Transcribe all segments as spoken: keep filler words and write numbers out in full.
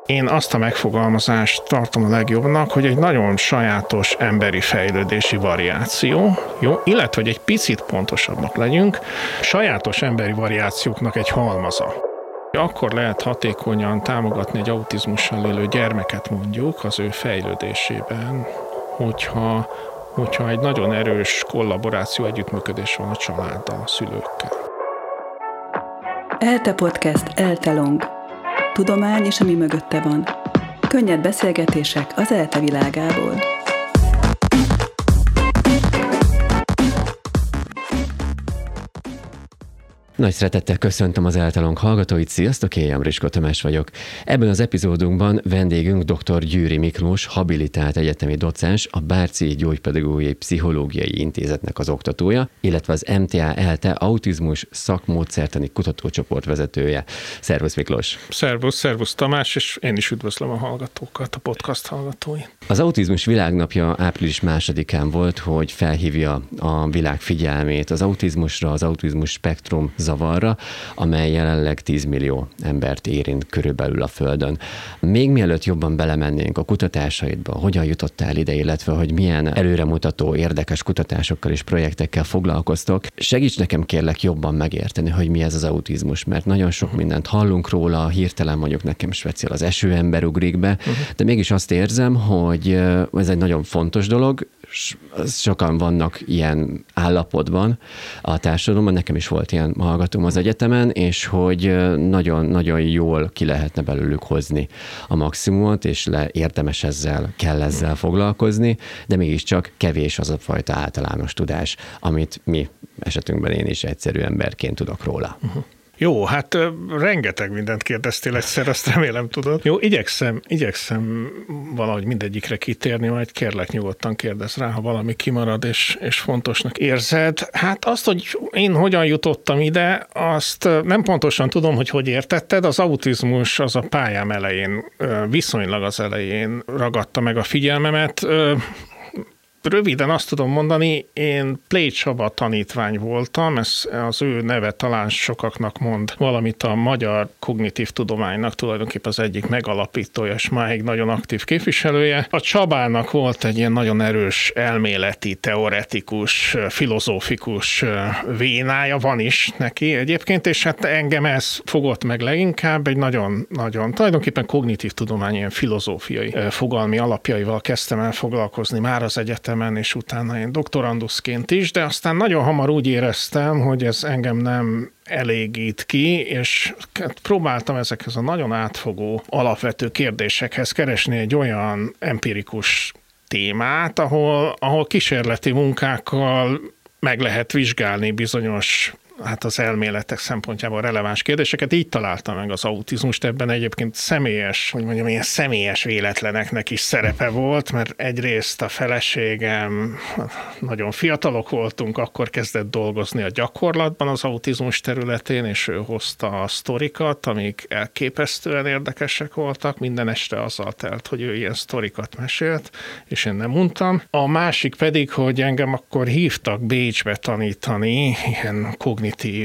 Én azt a megfogalmazást tartom a legjobbnak, hogy egy nagyon sajátos emberi fejlődési variáció, jó? Illetve, hogy egy picit pontosabbak legyünk, sajátos emberi variációknak egy halmaza. Akkor lehet hatékonyan támogatni egy autizmussal élő gyermeket mondjuk az ő fejlődésében, hogyha, hogyha egy nagyon erős kollaboráció, együttműködés van a családdal, a szülőkkel. ELTE Podcast ELTE Long. Tudomány és ami mögötte van. Könnyed beszélgetések az ELTE világából. Nagy szeretettel köszöntöm az ELTE Long hallgatóit, sziasztok, én Jamriskó Tamás vagyok. Ebben az epizódunkban vendégünk dr. Győri Miklós, habilitált egyetemi docens, a Bárcyi Gyógypedagógiai Pszichológiai Intézetnek az oktatója, illetve az em té á ELTE autizmus szakmódszertani kutatócsoport vezetője. Szervusz Miklós! Szervusz, szervusz Tamás, és én is üdvözlöm a hallgatókat, a podcast hallgatói. Az autizmus világnapja április másodikán volt, hogy felhívja a világ figyelmét az autizmusra, az autizmus spektrum zavarra, amely jelenleg tíz millió embert érint körülbelül a Földön. Még mielőtt jobban belemennénk a kutatásaidba, hogyan jutottál ide, illetve hogy milyen előremutató, érdekes kutatásokkal és projektekkel foglalkoztok, segíts nekem kérlek jobban megérteni, hogy mi ez az autizmus, mert nagyon sok mindent hallunk róla, hirtelen mondjuk nekem speciál az esőember ugrik be, uh-huh. de mégis azt érzem, hogy ez egy nagyon fontos dolog, sokan vannak ilyen állapotban a társadalomban, nekem is volt ilyen hallgatóm az egyetemen, és hogy nagyon-nagyon jól ki lehetne belőlük hozni a maximumot, és le érdemes ezzel, kell ezzel foglalkozni, de mégiscsak kevés az a fajta általános tudás, amit mi esetünkben én is egyszerű emberként tudok róla. Uh-huh. Jó, hát rengeteg mindent kérdeztél egyszer, azt remélem tudod. Jó, igyekszem, igyekszem valahogy mindegyikre kitérni, majd kérlek nyugodtan kérdezz rá, ha valami kimarad és, és fontosnak érzed. Hát azt, hogy én hogyan jutottam ide, azt nem pontosan tudom, hogy hogy értetted. Az autizmus az a pályám elején, viszonylag az elején ragadta meg a figyelmemet. Röviden azt tudom mondani, én Play Csaba tanítvány voltam, ez az ő neve talán sokaknak mond valamit, a magyar kognitív tudománynak tulajdonképpen az egyik megalapítója, és máig nagyon aktív képviselője. A Csabának volt egy ilyen nagyon erős elméleti, teoretikus, filozófikus vénája, van is neki egyébként, és hát engem ez fogott meg leginkább, egy nagyon-nagyon, tulajdonképpen kognitív tudomány, ilyen filozófiai fogalmi alapjaival kezdtem el foglalkozni már az egyetem, és utána én doktoranduszként is, de aztán nagyon hamar úgy éreztem, hogy ez engem nem elégít ki, és próbáltam ezekhez a nagyon átfogó alapvető kérdésekhez keresni egy olyan empirikus témát, ahol, ahol kísérleti munkákkal meg lehet vizsgálni bizonyos, hát az elméletek szempontjából releváns kérdéseket. Így találtam meg az autizmust, ebben egyébként személyes, hogy mondjam, ilyen személyes véletleneknek is szerepe volt, mert egyrészt a feleségem, nagyon fiatalok voltunk, akkor kezdett dolgozni a gyakorlatban az autizmus területén, és ő hozta a sztorikat, amik elképesztően érdekesek voltak, minden este azzal telt, hogy ő ilyen sztorikat mesélt, és én nem untam. A másik pedig, hogy engem akkor hívtak Bécsbe tanítani, ilyen kognitív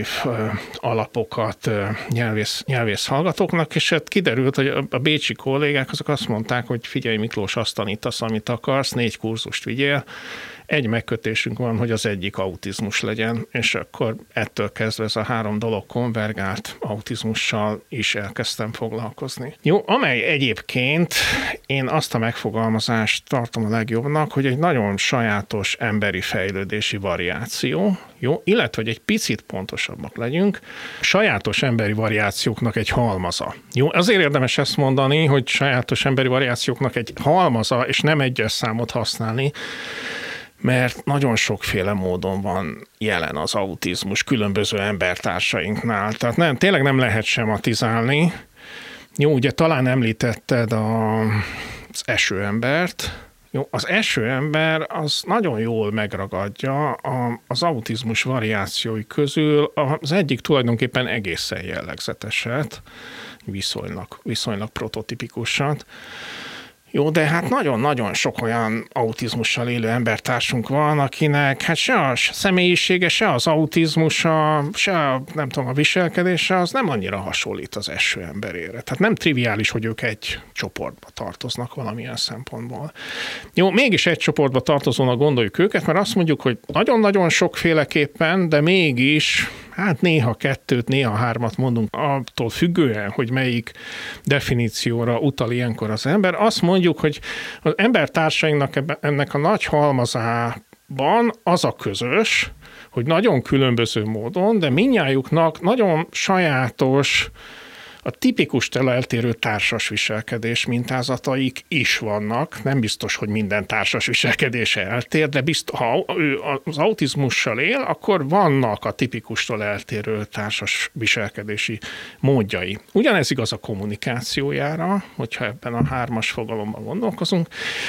alapokat nyelvész, nyelvész hallgatóknak, és hát kiderült, hogy a bécsi kollégák azok azt mondták, hogy figyelj Miklós, azt tanítasz, amit akarsz, négy kurzust vigyél, egy megkötésünk van, hogy az egyik autizmus legyen, és akkor ettől kezdve ez a három dolog konvergált, autizmussal is elkezdtem foglalkozni. Jó, amely egyébként én azt a megfogalmazást tartom a legjobbnak, hogy egy nagyon sajátos emberi fejlődési variáció, jó, illetve, hogy egy picit pontosabbak legyünk, sajátos emberi variációknak egy halmaza. Jó, azért érdemes ezt mondani, hogy sajátos emberi variációknak egy halmaza, és nem egyes számot használni, mert nagyon sokféle módon van jelen az autizmus különböző embertársainknál. Tehát nem, tényleg nem lehet sematizálni. Jó, ugye talán említetted a, az esőembert. Jó, az esőember az nagyon jól megragadja a, az autizmus variációi közül az egyik tulajdonképpen egészen jellegzeteset, viszonylag, viszonylag prototipikusat. Jó, de hát nagyon-nagyon sok olyan autizmussal élő embertársunk van, akinek hát se a személyisége, se az autizmusa, se a, nem tudom, a viselkedése, az nem annyira hasonlít az eső emberére. Tehát nem triviális, hogy ők egy csoportba tartoznak valamilyen szempontból. Jó, mégis egy csoportba tartozónak gondoljuk őket, mert azt mondjuk, hogy nagyon-nagyon sokféleképpen, de mégis hát néha kettőt, néha hármat mondunk, attól függően, hogy melyik definícióra utal ilyenkor az ember. Azt mondjuk, hogy az embertársainknak ennek a nagy halmazában az a közös, hogy nagyon különböző módon, de mindnyájuknak nagyon sajátos, a tipikustól eltérő társas viselkedés mintázataik is vannak. Nem biztos, hogy minden társas viselkedése eltér, de biztos, ha ő az autizmussal él, akkor vannak a tipikustól eltérő társas viselkedési módjai. Ugyanez igaz a kommunikációjára, hogyha ebben a hármas fogalomban gondolkozunk,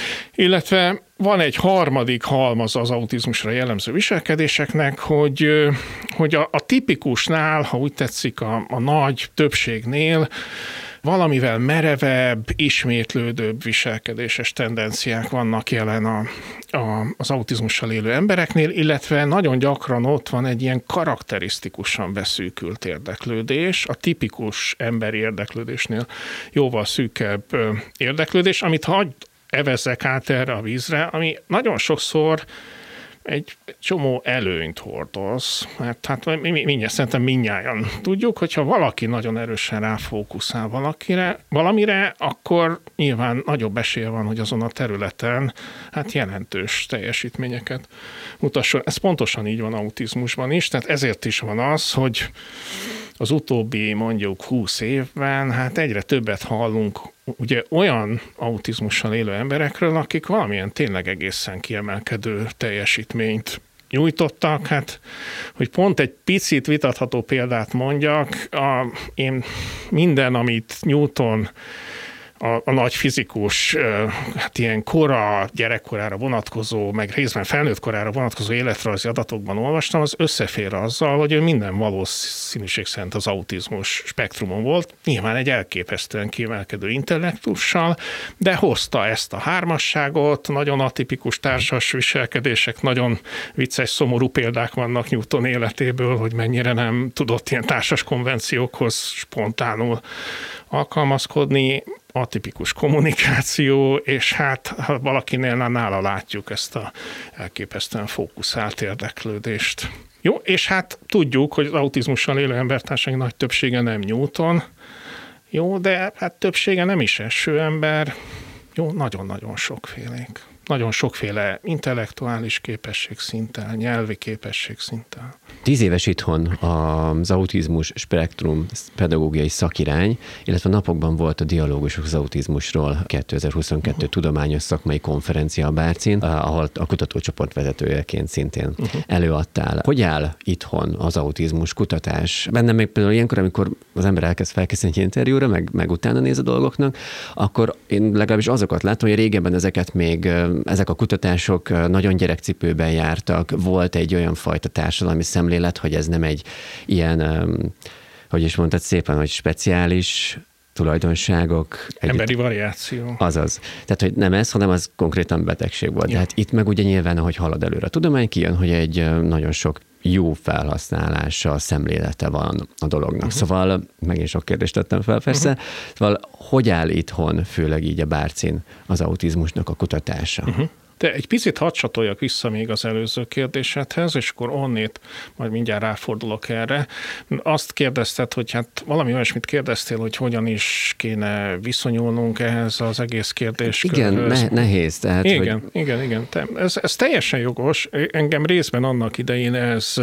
illetve van egy harmadik halmaz az autizmusra jellemző viselkedéseknek, hogy, hogy a, a tipikusnál, ha úgy tetszik, a, a nagy többségnél valamivel merevebb, ismétlődőbb viselkedéses tendenciák vannak jelen a, a, az autizmussal élő embereknél, illetve nagyon gyakran ott van egy ilyen karakterisztikusan beszűkült érdeklődés, a tipikus emberi érdeklődésnél jóval szűkebb érdeklődés, amit hagy evezzek át erre a vízre, ami nagyon sokszor egy csomó előnyt hordoz, mert hát mindjárt, szerintem mindnyájan tudjuk, hogyha valaki nagyon erősen ráfókuszál valakire, valamire, akkor nyilván nagyobb esélye van, hogy azon a területen hát jelentős teljesítményeket mutasson. Ez pontosan így van autizmusban is, tehát ezért is van az, hogy az utóbbi mondjuk húsz évben hát egyre többet hallunk ugye olyan autizmussal élő emberekről, akik valamilyen tényleg egészen kiemelkedő teljesítményt nyújtottak. Hát, hogy pont egy picit vitatható példát mondjak, a, én minden, amit Newton A, a nagy fizikus, hát ilyen kora, gyerekkorára vonatkozó, meg részben felnőtt korára vonatkozó életrajzi adatokban olvastam, az összefér azzal, hogy ő minden valószínűség szerint az autizmus spektrumon volt, nyilván egy elképesztően kiemelkedő intellektussal, de hozta ezt a hármasságot, nagyon atipikus társas viselkedések, nagyon vicces, szomorú példák vannak Newton életéből, hogy mennyire nem tudott ilyen társas konvenciókhoz spontánul alkalmazkodni, atipikus kommunikáció, és hát ha valakinél nála látjuk ezt a elképesztően fókuszált érdeklődést. Jó, és hát tudjuk, hogy az autizmussal élő embertársaink nagy többsége nem Newton, jó, de hát többsége nem is eső ember, jó, nagyon-nagyon sokfélék. Nagyon sokféle intellektuális képességszinttel, nyelvi képességszinttel. Tíz éves itthon az autizmus spektrum pedagógiai szakirány, illetve napokban volt a dialógusok az autizmusról kétezer-huszonkettő uh-huh. tudományos szakmai konferencia a Bárcin, ahol a kutatócsoport vezetőjeként szintén uh-huh. előadtál. Hogy áll itthon az autizmus kutatás? Bennem még például ilyenkor, amikor az ember elkezd felkészülni egy interjúra, meg, meg utána néz a dolgoknak, akkor én legalábbis azokat látom, hogy régebben ezeket még ezek a kutatások nagyon gyerekcipőben jártak, volt egy olyan fajta társadalmi szemlélet, hogy ez nem egy ilyen, hogy is mondtad szépen, hogy speciális tulajdonságok. Emberi egy... variáció. Azaz. Tehát, hogy nem ez, hanem az konkrétan betegség volt. Ja. De hát itt meg ugye nyilván, ahogy halad előre a tudomány, kijön, hogy egy nagyon sok jó felhasználása, szemlélete van a dolognak. Uh-huh. Szóval, megint sok kérdést tettem fel persze, uh-huh. szóval hogy áll itthon, főleg így a Bárcin az autizmusnak a kutatása? Uh-huh. De egy picit hadd csatoljak vissza még az előző kérdésedhez, és akkor onnét majd mindjárt ráfordulok erre. Azt kérdezted, hogy hát valami olyasmit kérdeztél, hogy hogyan is kéne viszonyulnunk ehhez az egész kérdéskörhöz. Igen, ne, nehéz. Tehát, igen, hogy... igen, igen. Ez, ez teljesen jogos. Engem részben annak idején ez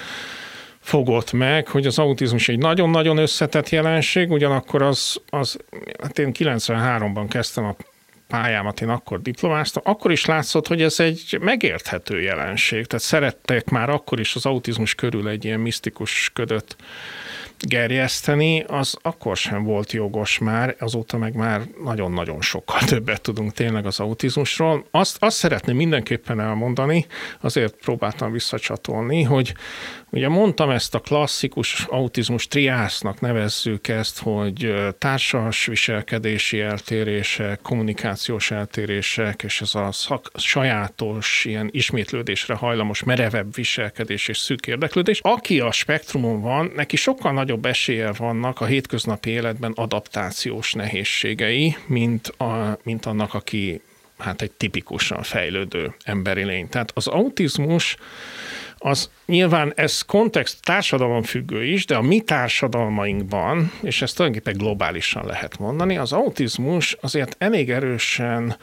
fogott meg, hogy az autizmus egy nagyon-nagyon összetett jelenség, ugyanakkor az, az hát én kilencvenháromban kezdtem a pályámat, én akkor diplomáztam, akkor is látszott, hogy ez egy megérthető jelenség. Tehát szerettek már akkor is az autizmus körül egy ilyen misztikus ködöt gerjeszteni, az akkor sem volt jogos már, azóta meg már nagyon-nagyon sokkal többet tudunk tényleg az autizmusról. Azt, azt szeretném mindenképpen elmondani, azért próbáltam visszacsatolni, hogy ugye mondtam ezt a klasszikus autizmus triásznak nevezzük ezt, hogy társas viselkedési eltérések, kommunikációs eltérések, és ez a szak, sajátos, ilyen ismétlődésre hajlamos, merevebb viselkedés és szűk érdeklődés. Aki a spektrumon van, neki sokkal nagyobb esélye vannak a hétköznapi életben adaptációs nehézségei, mint, a, mint annak, aki hát egy tipikusan fejlődő emberi lény. Tehát az autizmus az nyilván ez kontext társadalomfüggő is, de a mi társadalmainkban, és ezt tulajdonképpen globálisan lehet mondani, az autizmus azért elég erősen,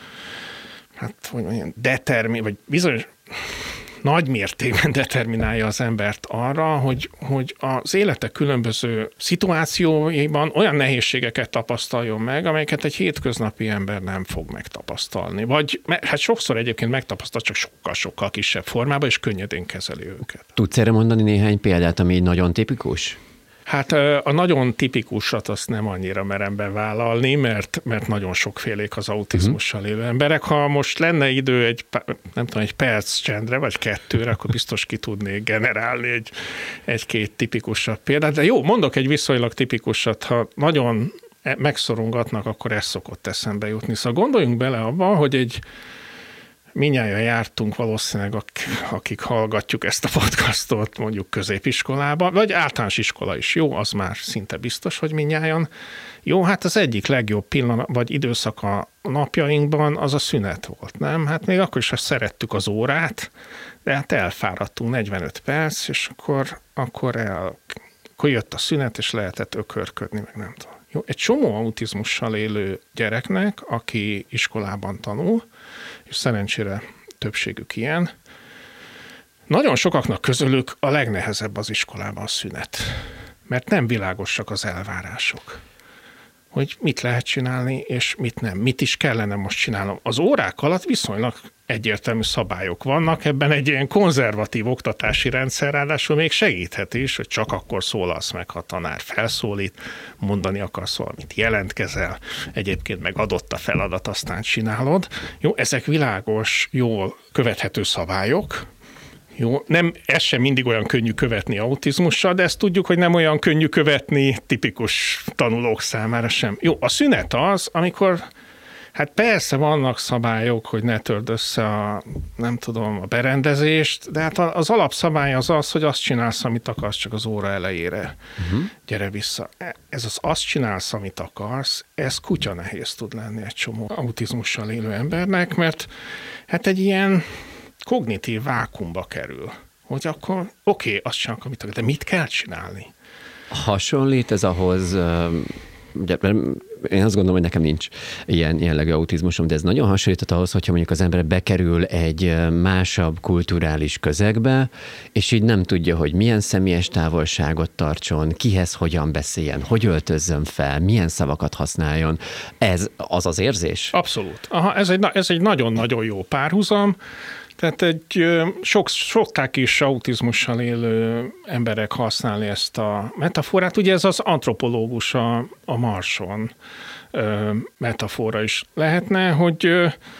hát hogy mondjam, determin, vagy bizonyos nagy mértékben determinálja az embert arra, hogy, hogy az élete különböző szituációiban olyan nehézségeket tapasztaljon meg, amelyeket egy hétköznapi ember nem fog megtapasztalni. Vagy hát sokszor egyébként megtapasztal, csak sokkal-sokkal kisebb formában, és könnyedén kezeli őket. Tudsz erre mondani néhány példát, ami nagyon tipikus? Hát a nagyon tipikusat azt nem annyira merem bevállalni, mert, mert nagyon sokfélék az autizmussal élő emberek. Ha most lenne idő egy, nem tudom, egy perc csendre, vagy kettőre, akkor biztos ki tudnék generálni egy, egy-két tipikusabb példát. De jó, mondok egy viszonylag tipikusat, ha nagyon megszorongatnak, akkor ez szokott eszembe jutni. Szóval gondoljunk bele abba, hogy egy mindnyájan jártunk valószínűleg, akik hallgatjuk ezt a podcastot mondjuk középiskolába, vagy általános iskola is jó, az már szinte biztos, hogy mindnyájan. Jó, hát az egyik legjobb pillanat, vagy időszak a napjainkban az a szünet volt, nem? Hát még akkor is, ha szerettük az órát, de hát elfáradtunk negyvenöt perc, és akkor, akkor, el, akkor jött a szünet, és lehetett ökörködni, meg nem tudom. Jó, egy csomó autizmussal élő gyereknek, aki iskolában tanul, és szerencsére többségük ilyen, nagyon sokaknak közülük a legnehezebb az iskolában a szünet, mert nem világosak az elvárások, hogy mit lehet csinálni, és mit nem, mit is kellene most csinálnom. Az órák alatt viszonylag egyértelmű szabályok vannak, ebben egy ilyen konzervatív oktatási rendszer ráadásul még segíthet is, hogy csak akkor szólalsz meg, ha a tanár felszólít, mondani akarsz valamit, jelentkezel, egyébként meg adott a feladat, aztán csinálod. Jó, ezek világos, jól követhető szabályok. Jó, nem, ez sem mindig olyan könnyű követni autizmussal, de ezt tudjuk, hogy nem olyan könnyű követni tipikus tanulók számára sem. Jó, a szünet az, amikor hát persze vannak szabályok, hogy ne törd össze a, nem tudom, a berendezést, de hát az alapszabály az az, hogy azt csinálsz, amit akarsz, csak az óra elejére. Uh-huh. Gyere vissza. Ez az azt csinálsz, amit akarsz, ez kutya nehéz tud lenni egy csomó autizmussal élő embernek, mert hát egy ilyen kognitív vákumba kerül, hogy akkor oké, okay, azt csinálok, amit akarok, de mit kell csinálni? Hasonlít ez ahhoz, ugye, én azt gondolom, hogy nekem nincs ilyen jellegű autizmusom, de ez nagyon hasonlított ahhoz, hogyha mondjuk az ember bekerül egy másabb kulturális közegbe, és így nem tudja, hogy milyen személyes távolságot tartson, kihez hogyan beszéljen, hogy öltözzön fel, milyen szavakat használjon. Ez az az érzés? Abszolút. Aha, ez egy, ez egy nagyon-nagyon jó párhuzam. Tehát egy sok, szokták is autizmussal élő emberek használni ezt a metaforát. Ugye ez az antropológus a, a Marson metafora is lehetne, hogy,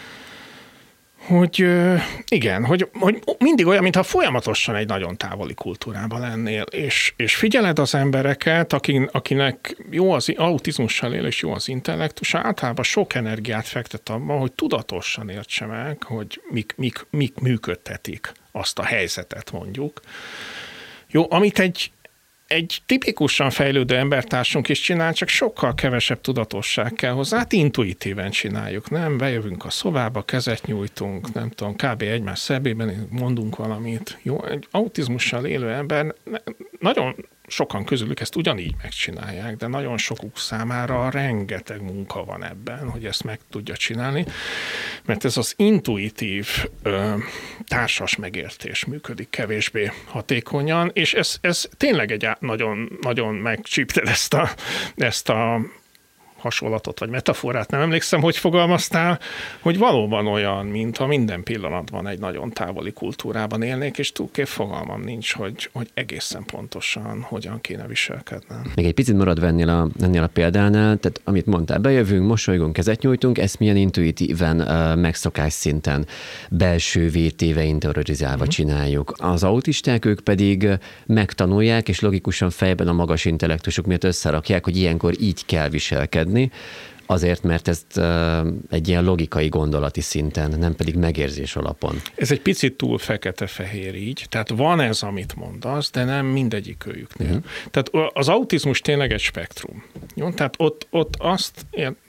hogy igen, hogy, hogy mindig olyan, mintha folyamatosan egy nagyon távoli kultúrában lennél, és, és figyeled az embereket, akin, akinek jó az autizmussal él, és jó az intellektus, általában sok energiát fektet abban, hogy tudatosan értse meg, hogy mik, mik, mik működtetik azt a helyzetet, mondjuk. Jó, amit egy Egy tipikusan fejlődő embertársunk is csinál, csak sokkal kevesebb tudatosság kell hozzá. Hát intuitíven csináljuk, nem? Bejövünk a szobába, kezet nyújtunk, nem tudom, kb. Egymás szemében mondunk valamit. Jó, egy autizmussal élő ember, nagyon sokan közülük ezt ugyanígy megcsinálják, de nagyon sokuk számára rengeteg munka van ebben, hogy ezt meg tudja csinálni, mert ez az intuitív ö, társas megértés működik kevésbé hatékonyan, és ez, ez tényleg egy nagyon, nagyon megcsípted ezt a, ezt a hasonlatot vagy metaforát, nem emlékszem, hogy fogalmaztál, hogy valóban olyan, mintha minden pillanatban egy nagyon távoli kultúrában élnék, és túlképp fogalmam nincs, hogy, hogy egészen pontosan hogyan kéne viselkednem. Még egy picit maradva ennél a, ennél a példánál, tehát amit mondtál, bejövünk, mosolygunk, kezet nyújtunk, ezt milyen intuitíven, uh, megszokás szinten, belső vétéve interiorizálva uh-huh. csináljuk. Az autisták, ők pedig megtanulják, és logikusan fejben a magas intellektusuk miatt összerakják, hogy ilyenkor így kell viselkedni, azért, mert ezt egy ilyen logikai gondolati szinten, nem pedig megérzés alapon. Ez egy picit túl fekete-fehér így, tehát van ez, amit mondasz, de nem mindegyik őjüknél. Uh-huh. Tehát az autizmus tényleg egy spektrum. Jó? Tehát ott, ott azt,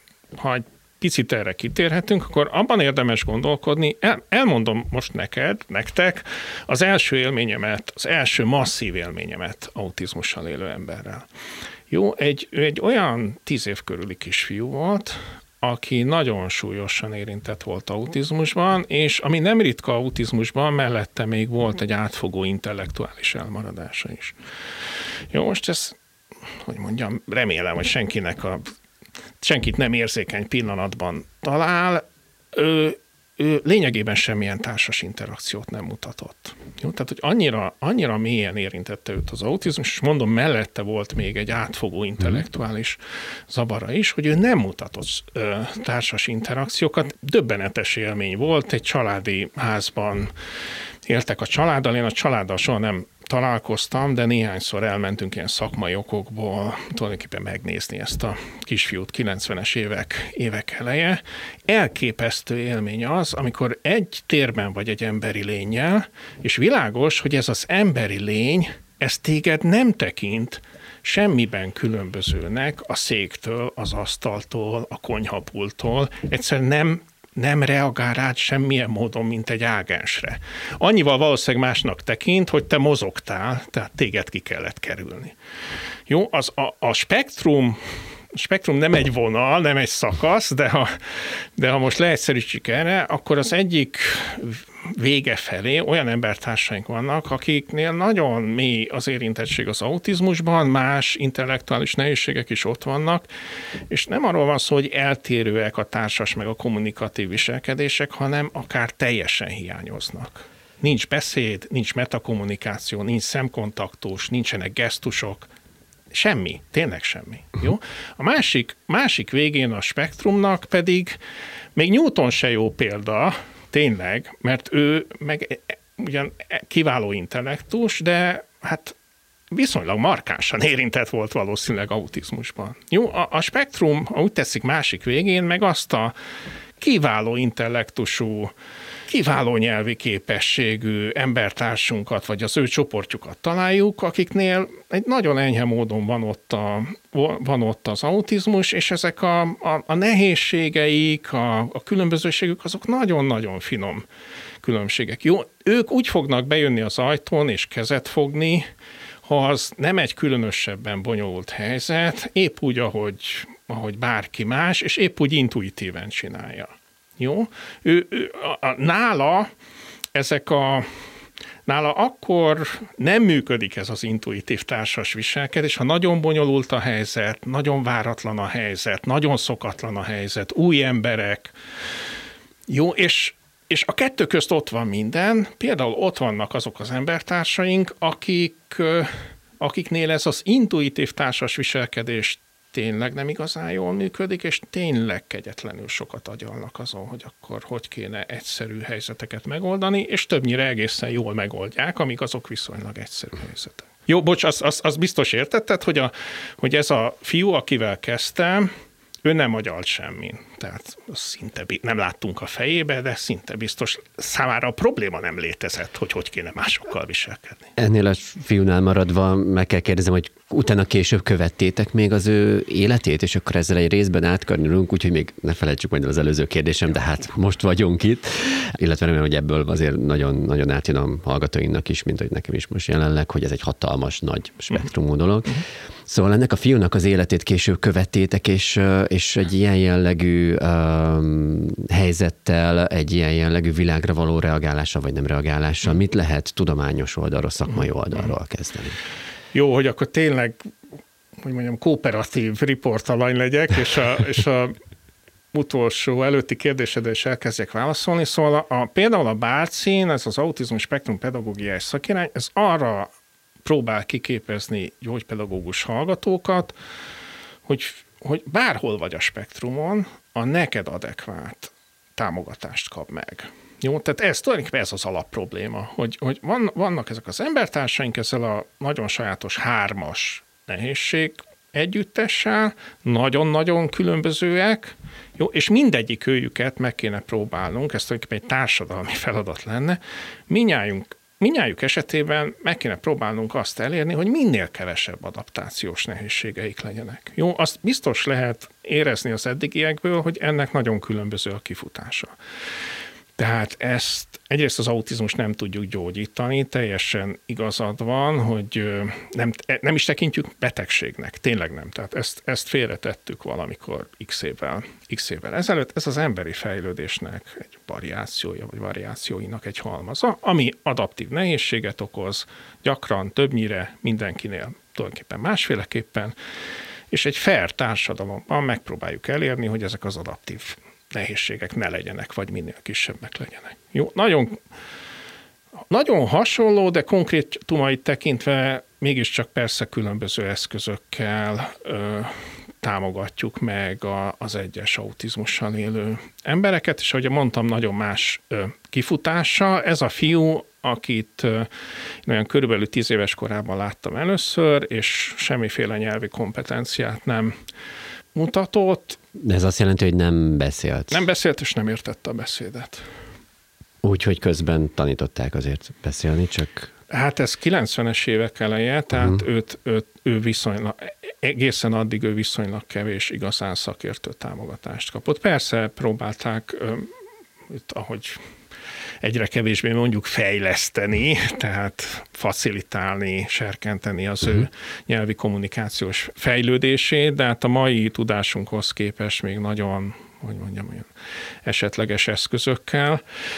ha egy picit erre kitérhetünk, akkor abban érdemes gondolkodni, el, elmondom most neked, nektek, az első élményemet, az első masszív élményemet autizmussal élő emberrel. Jó, egy, egy olyan tíz év körüli kisfiú volt, aki nagyon súlyosan érintett volt autizmusban, és ami nem ritka autizmusban, mellette még volt egy átfogó intellektuális elmaradása is. Jó, most ez, hogy mondjam, remélem, hogy senkinek a, senkit nem érzékeny pillanatban talál, ő, ő lényegében semmilyen társas interakciót nem mutatott. Jó? Tehát, hogy annyira, annyira mélyen érintette őt az autizmus, és mondom, mellette volt még egy átfogó intellektuális zavara is, hogy ő nem mutatott ö, társas interakciókat. Döbbenetes élmény volt, egy családi házban éltek a családdal, én a családdal soha nem találkoztam, de néhányszor elmentünk ilyen szakmai okokból tulajdonképpen megnézni ezt a kisfiút, kilencvenes évek, évek eleje. Elképesztő élmény az, amikor egy térben vagy egy emberi lénnyel, és világos, hogy ez az emberi lény, ez téged nem tekint semmiben különbözőnek a széktől, az asztaltól, a konyhapulttól. Egyszerűen nem nem reagál rád semmilyen módon, mint egy ágensre. Annyival valószínűleg másnak tekint, hogy te mozogtál, tehát téged ki kellett kerülni. Jó, az a, a spektrum, a spektrum nem egy vonal, nem egy szakasz, de ha, de ha most leegyszerűsítjük erre, akkor az egyik vége felé olyan embertársaink vannak, akiknél nagyon mély az érintettség az autizmusban, más intellektuális nehézségek is ott vannak, és nem arról van szó, hogy eltérőek a társas meg a kommunikatív viselkedések, hanem akár teljesen hiányoznak. Nincs beszéd, nincs metakommunikáció, nincs szemkontaktus, nincsenek gesztusok, semmi, tényleg semmi. Jó? A másik, másik végén a spektrumnak pedig még Newton se jó példa, tényleg, mert ő meg ugyan kiváló intellektus, de hát viszonylag markánsan érintett volt valószínűleg autizmusban. Jó, a, a spektrum, ha úgy teszik, másik végén, meg azt a kiváló intellektusú, kiváló nyelvi képességű embertársunkat, vagy az ő csoportjukat találjuk, akiknél egy nagyon enyhe módon van ott, a, van ott az autizmus, és ezek a, a, a nehézségeik, a, a különbözőségük, azok nagyon-nagyon finom különbségek. Jó, ők úgy fognak bejönni az ajtón és kezet fogni, ha az nem egy különösebben bonyolult helyzet, épp úgy, ahogy, ahogy bárki más, és épp úgy intuitíven csinálja. Jó? Ő, ő, a, a, nála ezek a nála akkor nem működik ez az intuitív társas viselkedés, ha nagyon bonyolult a helyzet, nagyon váratlan a helyzet, nagyon szokatlan a helyzet, új emberek. Jó, és, és a kettő közt ott van minden, például ott vannak azok az embertársaink, akik, akiknél ez az intuitív társas viselkedés tényleg nem igazán jól működik, és tényleg kegyetlenül sokat agyalnak azon, hogy akkor hogy kéne egyszerű helyzeteket megoldani, és többnyire egészen jól megoldják, amíg azok viszonylag egyszerű helyzetek. Jó, bocs, azt az, az biztos értetted, hogy, a, hogy ez a fiú, akivel kezdtem, ő nem agyalt semmin. Tehát szinte nem láttunk a fejébe, de szinte biztos számára a probléma nem létezett, hogy hogy kéne másokkal viselkedni. Ennél a fiúnál maradva meg kell kérdezem, hogy utána később követtétek még az ő életét, és akkor ezzel egy részben átkarnyolunk, úgyhogy még ne felejtsük majd az előző kérdésem, de hát most vagyunk itt. Illetve remélem, hogy ebből azért nagyon, nagyon átjön a hallgatóinknak is, mint hogy nekem is most jelenleg, hogy ez egy hatalmas, nagy spektrumú dolog. Szóval ennek a fiúnak az életét később követtétek, és, és egy ilyen jellegű um, helyzettel, egy ilyen jellegű világra való reagálással, vagy nem reagálással, mit lehet tudományos oldalról, szakmai oldalról kezdeni? Jó, hogy akkor tényleg hogy mondjam, kooperatív riportalany legyek, és a, és a utolsó előtti kérdésedre is elkezdjek válaszolni. Szóval a, a, például a Bálcin, ez az autizmus spektrum pedagógiai szakirány, ez arra próbál kiképezni gyógypedagógus hallgatókat, hogy, hogy bárhol vagy a spektrumon, a neked adekvát támogatást kap meg. Jó, tehát ez tulajdonképpen ez az alapprobléma, hogy, hogy van, vannak ezek az embertársaink ezzel a nagyon sajátos hármas nehézség együttessel, nagyon-nagyon különbözőek, jó, és mindegyik őjüket meg kéne próbálnunk, ez tulajdonképpen egy társadalmi feladat lenne, minnyájunk Mindnyájuk esetében meg kéne próbálnunk azt elérni, hogy minél kevesebb adaptációs nehézségeik legyenek. Jó, azt biztos lehet érezni az eddigiekből, hogy ennek nagyon különböző a kifutása. Tehát ezt egyrészt az autizmus nem tudjuk gyógyítani, teljesen igazad van, hogy nem, nem is tekintjük betegségnek, tényleg nem. Tehát ezt, ezt félretettük valamikor x évvel, x évvel ezelőtt. Ez az emberi fejlődésnek egy variációja, vagy variációinak egy halmaza, ami adaptív nehézséget okoz, gyakran, többnyire, mindenkinél tulajdonképpen másféleképpen, és egy fair társadalomban megpróbáljuk elérni, hogy ezek az adaptív nehézségek ne legyenek, vagy minél kisebbek legyenek. Jó, nagyon, nagyon hasonló, de konkrétumait tekintve mégiscsak persze különböző eszközökkel ö, támogatjuk meg a, az egyes autizmussal élő embereket, és ahogy mondtam, nagyon más ö, kifutása. Ez a fiú, akit ö, olyan körülbelül tíz éves korában láttam először, és semmiféle nyelvi kompetenciát nem mutatott. De ez azt jelenti, hogy nem beszélt. Nem beszélt, és nem értette a beszédet. Úgyhogy közben tanították azért beszélni, csak... Hát ez kilencvenes évek eleje, tehát uh-huh. őt, őt, ő viszonylag, egészen addig ő viszonylag kevés igazán szakértő támogatást kapott. Persze próbálták, itt, ahogy egyre kevésbé mondjuk fejleszteni, tehát facilitálni, serkenteni az uh-huh. ő nyelvi kommunikációs fejlődését, de hát a mai tudásunkhoz képest még nagyon, hogy mondjam, olyan esetleges eszközökkel.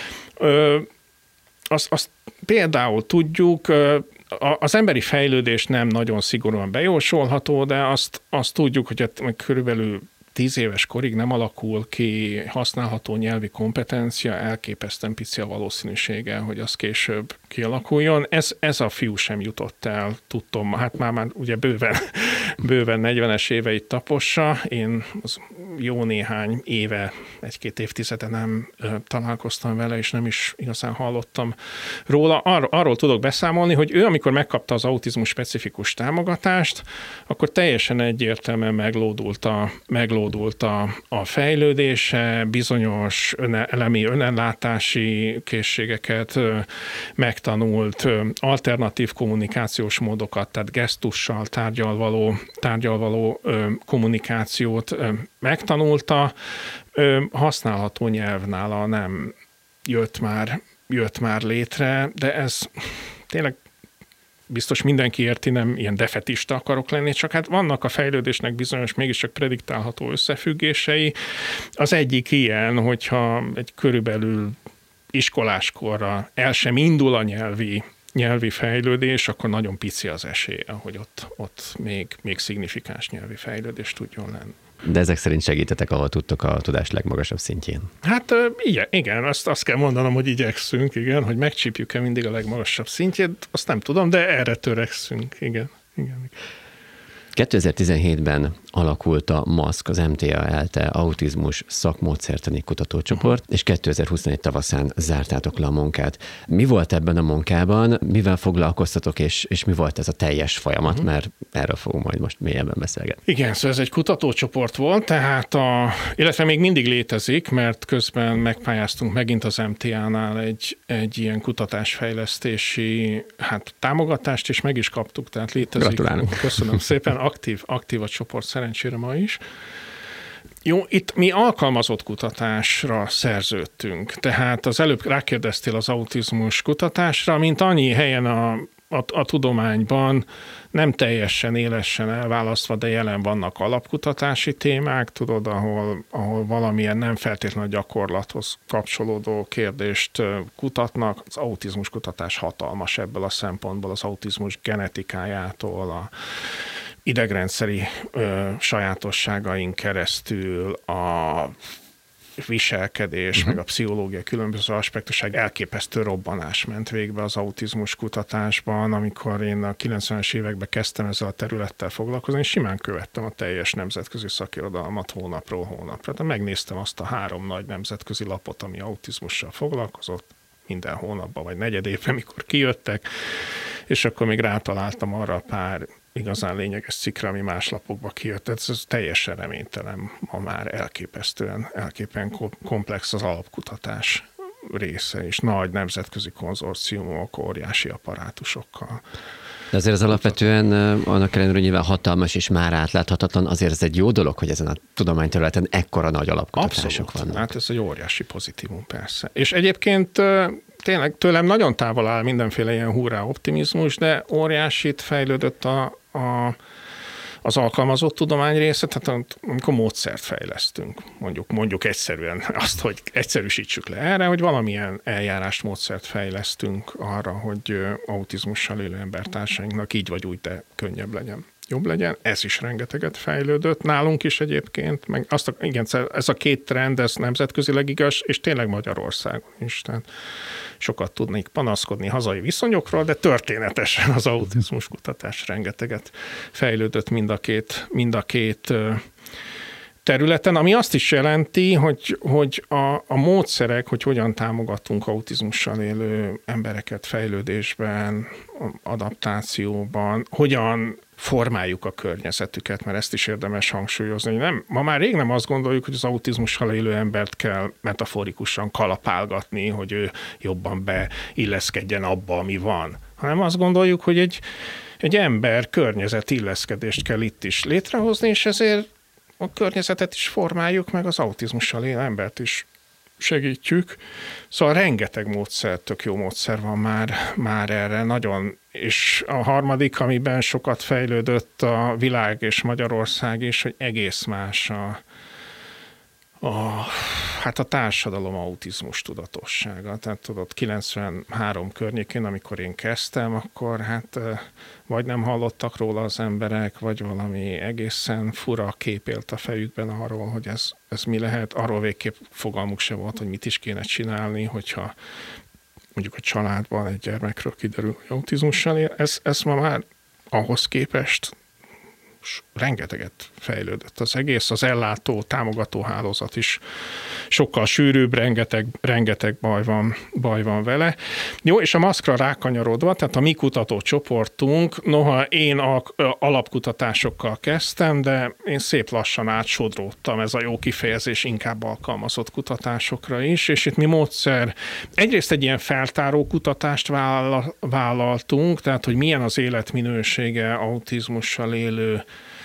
Ö, azt, azt például tudjuk, az emberi fejlődés nem nagyon szigorúan bejósolható, de azt, azt tudjuk, hogy körülbelül tíz éves korig nem alakul ki használható nyelvi kompetencia, elképesztően pici a valószínűsége, hogy az később kialakuljon. Ez, ez a fiú sem jutott el, tudtom, hát már, már ugye bőven, bőven negyvenes éveit tapossa. Én az jó néhány éve, egy-két évtizede nem találkoztam vele, és nem is igazán hallottam róla. Ar- arról tudok beszámolni, hogy ő, amikor megkapta az autizmus specifikus támogatást, akkor teljesen egyértelműen meglódult a, meglódult a, a fejlődése, bizonyos öne, elemi önellátási készségeket megtanult, alternatív kommunikációs módokat, tehát gesztussal, tárgyal való, tárgyal való kommunikációt megtanulta. Használható nyelv nála nem jött már, jött már létre, de ez tényleg biztos mindenki érti, nem ilyen defetista akarok lenni, csak hát vannak a fejlődésnek bizonyos mégiscsak prediktálható összefüggései. Az egyik ilyen, hogyha egy körülbelül iskoláskorra el sem indul a nyelvi, nyelvi fejlődés, akkor nagyon pici az esélye, hogy ott, ott még, még szignifikáns nyelvi fejlődés tudjon lenni. De ezek szerint segítetek, ahol tudtok a tudás legmagasabb szintjén. Hát igen, igen azt, azt kell mondanom, hogy igyekszünk, igen, hogy megcsípjük-e mindig a legmagasabb szintjét, azt nem tudom, de erre törekszünk, igen. igen. kétezer-tizenhétben alakult a maszk, az em té á ELTE autizmus szakmódszertani kutatócsoport, uh-huh. és kétezer-huszonegy tavaszán zártátok le a munkát. Mi volt ebben a munkában, mivel foglalkoztatok, és, és mi volt ez a teljes folyamat, uh-huh. mert erről fogunk majd most mélyebben beszélgetni. Igen, szóval ez egy kutatócsoport volt, tehát a, illetve még mindig létezik, mert közben megpályáztunk megint az em té á-nál egy, egy ilyen kutatásfejlesztési hát, támogatást, és meg is kaptuk, tehát létezik. Gratulálunk. Köszönöm szépen, aktív, aktív a csoport szerencsére ma is. Jó, itt mi alkalmazott kutatásra szerződtünk, tehát az előbb rákérdeztél az autizmus kutatásra, mint annyi helyen a, a, a tudományban nem teljesen élesen elválasztva, de jelen vannak alapkutatási témák, tudod, ahol, ahol valamilyen nem feltétlenül gyakorlathoz kapcsolódó kérdést kutatnak. Az autizmus kutatás hatalmas ebből a szempontból, az autizmus genetikájától, a idegrendszeri ö, sajátosságaink keresztül a viselkedés, uh-huh. meg a pszichológia különböző aspektusság elképesztő robbanás ment végbe az autizmus kutatásban, amikor én a kilencvenes években kezdtem ezzel a területtel foglalkozni, és simán követtem a teljes nemzetközi szakirodalmat hónapról hónapra. De megnéztem azt a három nagy nemzetközi lapot, ami autizmussal foglalkozott, minden hónapban, vagy negyed évben, mikor kijöttek, és akkor még rátaláltam arra a pár igazán lényeges cikkre, ami más lapokba kijött. Ez, ez teljesen reménytelen, ma már elképesztően, elképesztően komplex az alapkutatás része, és nagy nemzetközi konzorciumok, óriási apparátusokkal. De azért az alapvetően annak ellenére nyilván hatalmas és már átláthatatlan, azért ez egy jó dolog, hogy ezen a tudományterületen ekkora nagy alapkutatások Abszolút. vannak. Hát ez egy óriási pozitívum persze. És egyébként tényleg tőlem nagyon távol áll mindenféle ilyen hurrá optimizmus, de óriásit fejlődött a, a, az alkalmazott tudomány része, tehát amikor módszert fejlesztünk, mondjuk, mondjuk egyszerűen azt, hogy egyszerűsítsük le erre, hogy valamilyen eljárást, módszert fejlesztünk arra, hogy autizmussal élő embertársainknak így vagy úgy, de könnyebb legyen, jobb legyen. Ez is rengeteget fejlődött. Nálunk is egyébként, meg azt a, igen, ez a két trend, ez nemzetközileg igaz, és tényleg Magyarországon is. Tehát sokat tudnék panaszkodni hazai viszonyokról, de történetesen az autizmus kutatás rengeteget fejlődött mind a két, mind a két területen, ami azt is jelenti, hogy, hogy a, a módszerek, hogy hogyan támogatunk autizmussal élő embereket fejlődésben, adaptációban, hogyan formáljuk a környezetüket, mert ezt is érdemes hangsúlyozni, hogy nem, ma már rég nem azt gondoljuk, hogy az autizmussal élő embert kell metaforikusan kalapálgatni, hogy ő jobban beilleszkedjen abba, ami van, hanem azt gondoljuk, hogy egy, egy ember környezet illeszkedést kell itt is létrehozni, és ezért a környezetet is formáljuk, meg az autizmussal élő embert is segítjük. Szóval rengeteg módszer, tök jó módszer van már, már erre, nagyon. És a harmadik, amiben sokat fejlődött a világ és Magyarország is, hogy egész más a, a, hát a társadalom autizmus tudatossága. Tehát tudod, kilencvenhárom környékén, amikor én kezdtem, akkor hát vagy nem hallottak róla az emberek, vagy valami egészen fura kép élt a fejükben arról, hogy ez, ez mi lehet. Arról végképp fogalmuk se volt, hogy mit is kéne csinálni, hogyha mondjuk a családban egy gyermekről kiderül, hogy autizmussal él. Ez, ez ma már ahhoz képest rengeteget fejlődött az egész, az ellátó, támogató hálózat is sokkal sűrűbb, rengeteg, rengeteg baj van, baj van vele. Jó, és a maszkra rákanyarodva, tehát a mi kutatócsoportunk, noha én a, a alapkutatásokkal kezdtem, de én szép lassan átsodródtam, ez a jó kifejezés, inkább alkalmazott kutatásokra is, és itt mi módszer, egyrészt egy ilyen feltáró kutatást vállal, vállaltunk, tehát hogy milyen az életminősége autizmussal élő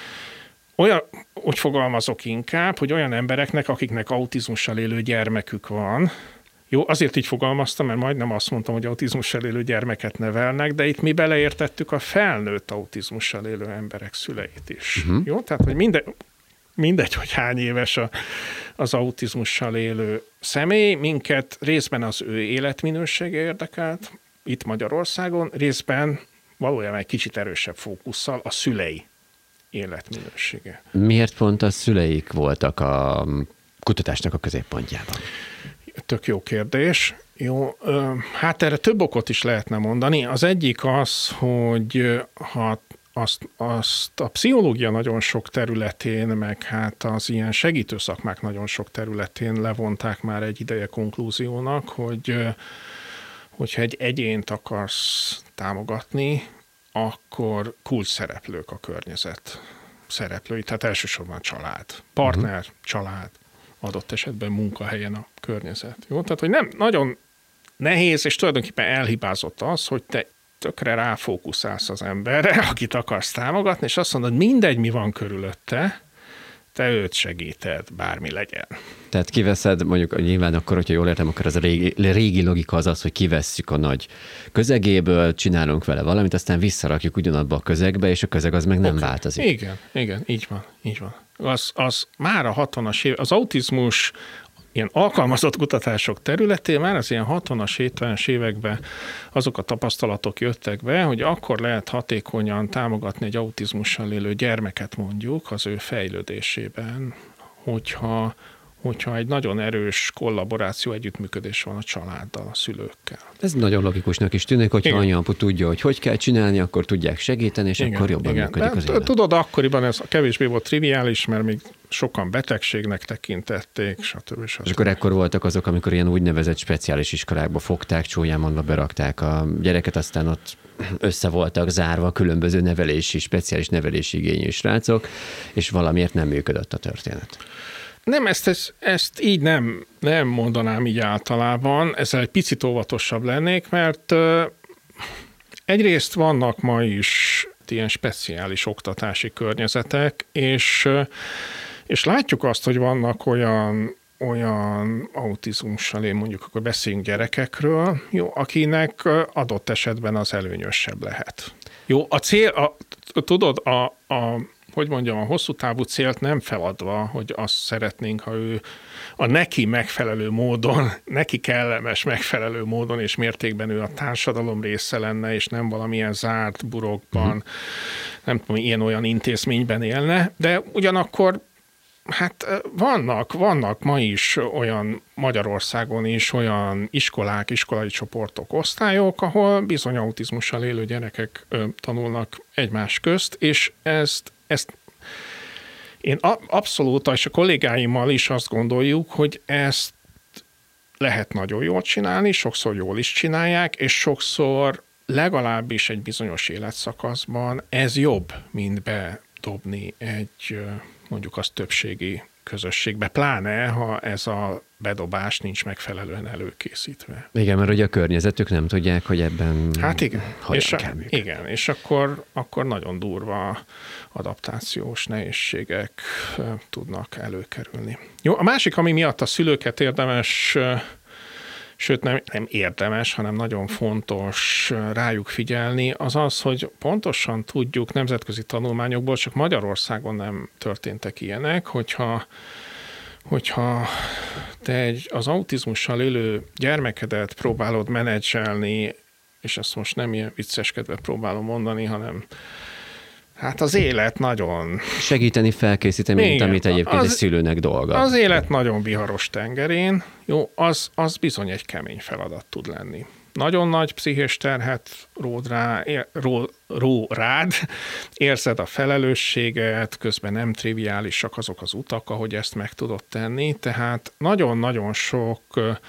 olyan, úgy fogalmazok inkább, hogy olyan embereknek, akiknek autizmussal élő gyermekük van, jó, azért így fogalmaztam, mert majdnem azt mondtam, hogy autizmussal élő gyermeket nevelnek, de itt mi beleértettük a felnőtt autizmussal élő emberek szüleit is. Uh-huh. Jó, tehát, hogy minde, mindegy, hogy hány éves a, az autizmussal élő személy, minket részben az ő életminősége érdekelt, itt Magyarországon, részben valójában egy kicsit erősebb fókusszal a szülei életminősége. Miért pont a szüleik voltak a kutatásnak a középpontjában? Tök jó kérdés. Jó, hát erre több okot is lehetne mondani. Az egyik az, hogy ha azt, azt a pszichológia nagyon sok területén, meg hát az ilyen segítő szakmák nagyon sok területén levonták már egy ideje konklúziónak, hogy hogyha egy egyént akarsz támogatni, akkor kulcs szereplők a környezet szereplői, tehát elsősorban a család, partner, uh-huh. család, adott esetben munkahelyen a környezet. Jó? Tehát, hogy nem nagyon nehéz, és tulajdonképpen elhibázott az, hogy te tökre ráfókuszálsz az emberre, akit akarsz támogatni, és azt mondod, mindegy, mi van körülötte, te őt segíted, bármi legyen. Tehát kiveszed, mondjuk nyilván akkor, hogyha jól értem, akkor az a régi, régi logika az az, hogy kivesszük a nagy közegéből, csinálunk vele valamit, aztán visszarakjuk ugyanabba a közegbe, és a közeg az meg nem okay. változik. Igen, igen, így van, így van. Az, az már a hatvanas év, az autizmus ilyen alkalmazott kutatások területén már az ilyen hatvanas, hetvenes években azok a tapasztalatok jöttek be, hogy akkor lehet hatékonyan támogatni egy autizmussal élő gyermeket mondjuk az ő fejlődésében, hogyha hogyha egy nagyon erős kollaboráció, együttműködés van a családdal, a szülőkkel. Ez nagyon logikusnak is tűnik, hogyha anya-apu tudja, hogy hogy kell csinálni, akkor tudják segíteni, és igen, akkor jobban igen. működik az élet. Tudod, akkoriban ez kevésbé volt triviális, mert még sokan betegségnek tekintették, stb. stb. És akkor ekkor voltak azok, amikor ilyen úgynevezett speciális iskolákba fogták, csólyán mondva berakták a gyereket, aztán ott össze voltak zárva különböző nevelési, speciális nevelési igényű srácok, és valamiért nem működött a történet. Nem, ezt, ezt, ezt így nem, nem mondanám így általában, ezzel egy picit óvatosabb lennék, mert uh, egyrészt vannak ma is ilyen speciális oktatási környezetek, és, uh, és látjuk azt, hogy vannak olyan, olyan autizmussal, én mondjuk akkor beszéljünk gyerekekről, jó, akinek adott esetben az előnyösebb lehet. Jó, a cél, a, tudod, a, a hogy mondjam, a hosszú távú célt nem feladva, hogy azt szeretnénk, ha ő a neki megfelelő módon, neki kellemes megfelelő módon és mértékben ő a társadalom része lenne, és nem valamilyen zárt burokban, uh-huh. nem tudom, ilyen-olyan intézményben élne, de ugyanakkor hát vannak, vannak ma is olyan Magyarországon is olyan iskolák, iskolai csoportok, osztályok, ahol bizony autizmussal élő gyerekek tanulnak egymás közt, és ezt Ezt én abszolút, és a kollégáimmal is azt gondoljuk, hogy ezt lehet nagyon jól csinálni, sokszor jól is csinálják, és sokszor legalábbis egy bizonyos életszakaszban ez jobb, mint bedobni egy mondjuk az többségi közösségbe, pláne, ha ez a bedobás nincs megfelelően előkészítve. Igen, mert ugye a környezetük nem tudják, hogy ebben hát igen, és, a, igen, és akkor, akkor nagyon durva adaptációs nehézségek tudnak előkerülni. Jó, a másik, ami miatt a szülőket érdemes, sőt nem, nem érdemes, hanem nagyon fontos rájuk figyelni, az az, hogy pontosan tudjuk nemzetközi tanulmányokból, csak Magyarországon nem történtek ilyenek, hogyha hogyha te egy, az autizmussal élő gyermekedet próbálod menedzselni, és ezt most nem ilyen vicceskedve próbálom mondani, hanem hát az élet nagyon... Segíteni, felkészíteni, mint amit egyébként az, egy szülőnek dolga. Az élet nagyon viharos tengerén, jó, az, az bizony egy kemény feladat tud lenni. Nagyon nagy pszichés terhet ród rá, ró, ró rád, érzed a felelősséget, közben nem triviálisak azok az utak, ahogy ezt meg tudod tenni, tehát nagyon-nagyon sok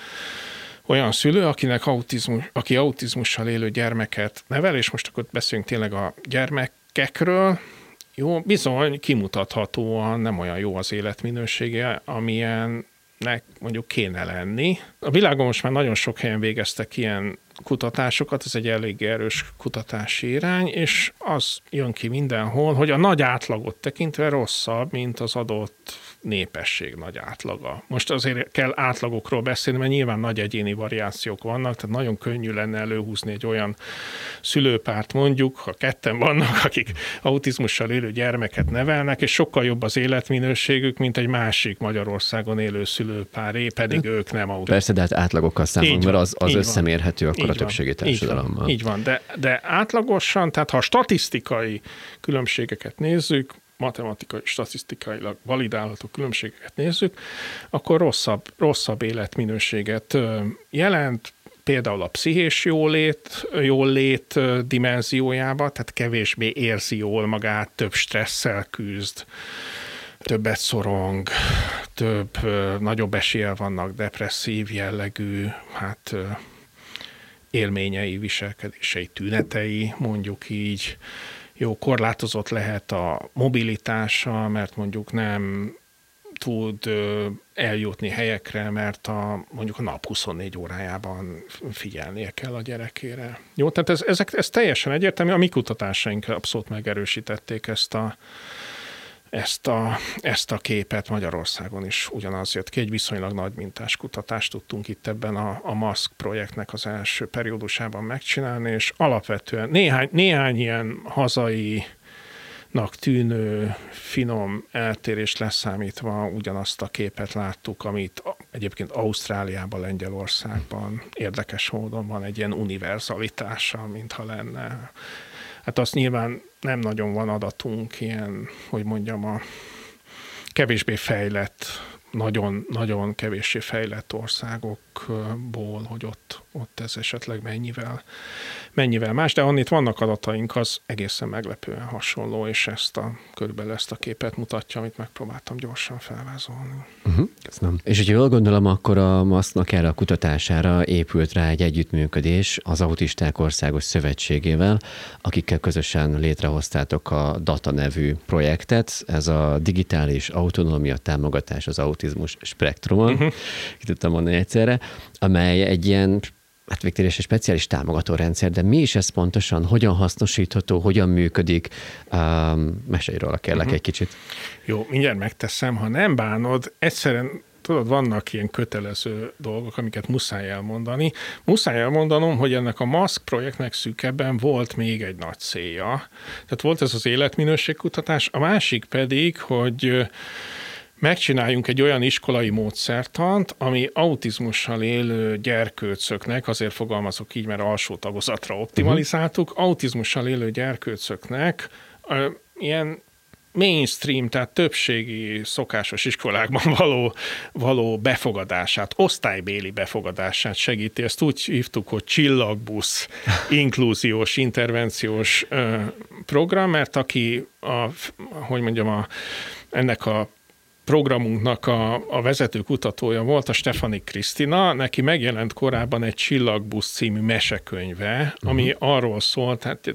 olyan szülő, akinek autizmus, aki autizmussal élő gyermeket nevel, és most akkor beszéljünk tényleg a gyermekekről, jó, bizony kimutathatóan nem olyan jó az életminősége, amilyen nek mondjuk kéne lenni. A világon most már nagyon sok helyen végeztek ilyen kutatásokat, ez egy elég erős kutatási irány, és az jön ki mindenhol, hogy a nagy átlagot tekintve rosszabb, mint az adott népesség nagy átlaga. Most azért kell átlagokról beszélni, mert nyilván nagy egyéni variációk vannak, tehát nagyon könnyű lenne előhúzni egy olyan szülőpárt mondjuk, ha ketten vannak, akik autizmussal élő gyermeket nevelnek, és sokkal jobb az életminőségük, mint egy másik Magyarországon élő szülőpáré, pedig ők nem autizmusok. Persze, de hát átlagokkal számolunk, mert az, az összemérhető akkor így a többségi társadalommal. Így van, így van. De, de átlagosan, tehát ha a statisztikai különbségeket nézzük, matematikai, statisztikailag validálható különbségeket nézzük, akkor rosszabb, rosszabb életminőséget jelent, például a pszichés jólét, jólét dimenziójába, tehát kevésbé érzi jól magát, több stresszel küzd, többet szorong, több, nagyobb eséllyel vannak depresszív jellegű, hát élményei, viselkedései, tünetei, mondjuk így. Jó, korlátozott lehet a mobilitása, mert mondjuk nem tud eljutni helyekre, mert a, mondjuk a nap huszonnégy órájában figyelnie kell a gyerekére. Jó, tehát ez, ezek, ez teljesen egyértelmű. A mi kutatásaink abszolút megerősítették ezt a, ezt a, ezt a képet. Magyarországon is ugyanaz jött ki. Egy viszonylag nagy mintás kutatást tudtunk itt ebben a, a maszk projektnek az első periódusában megcsinálni, és alapvetően néhány, néhány ilyen hazai tűnő, finom eltérést leszámítva ugyanazt a képet láttuk, amit egyébként Ausztráliában, Lengyelországban érdekes módon van egy ilyen univerzalitása, mintha lenne. Hát azt nyilván nem nagyon van adatunk ilyen, hogy mondjam, a kevésbé fejlett, nagyon, nagyon kevéssé fejlett országokból, hogy ott, ott ez esetleg mennyivel, mennyivel más, de annit vannak adataink, az egészen meglepően hasonló, és ezt a, körülbelül ezt a képet mutatja, amit megpróbáltam gyorsan felvázolni. Uh-huh. Köszönöm. És hogyha jól gondolom, akkor a maszknak erre a kutatására épült rá egy együttműködés az Autisták Országos Szövetségével, akikkel közösen létrehoztátok a DATA nevű projektet. Ez a digitális autonómia támogatás az autizmus spektrumon, uh-huh. ki tudtam mondani egyszerre, amely egy ilyen, hát végtérés egy speciális támogatórendszer, de mi is ez pontosan, hogyan hasznosítható, hogyan működik? Um, mesélj róla, kérlek uh-huh. egy kicsit. Jó, mindjárt megteszem, ha nem bánod, egyszerűen tudod, vannak ilyen kötelező dolgok, amiket muszáj elmondani. Muszáj elmondanom, hogy ennek a maszk projektnek szűkebben volt még egy nagy célja. Tehát volt ez az életminőségkutatás, a másik pedig, hogy megcsináljunk egy olyan iskolai módszertant, ami autizmussal élő gyerkőcöknek, azért fogalmazok így, mert alsó tagozatra optimalizáltuk, uh-huh. autizmussal élő gyerkőcöknek uh, ilyen mainstream, tehát többségi szokásos iskolákban való, való befogadását, osztálybéli befogadását segíti. Ezt úgy hívtuk, hogy csillagbusz, inklúziós, intervenciós uh, program, mert aki, a, hogy mondjam, a, ennek a programunknak a, a vezető kutatója volt, a Stefanik Krisztina, neki megjelent korábban egy Csillagbusz című mesekönyve, ami uh-huh. arról szólt, hát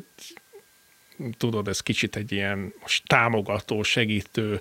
tudod, ez kicsit egy ilyen most támogató, segítő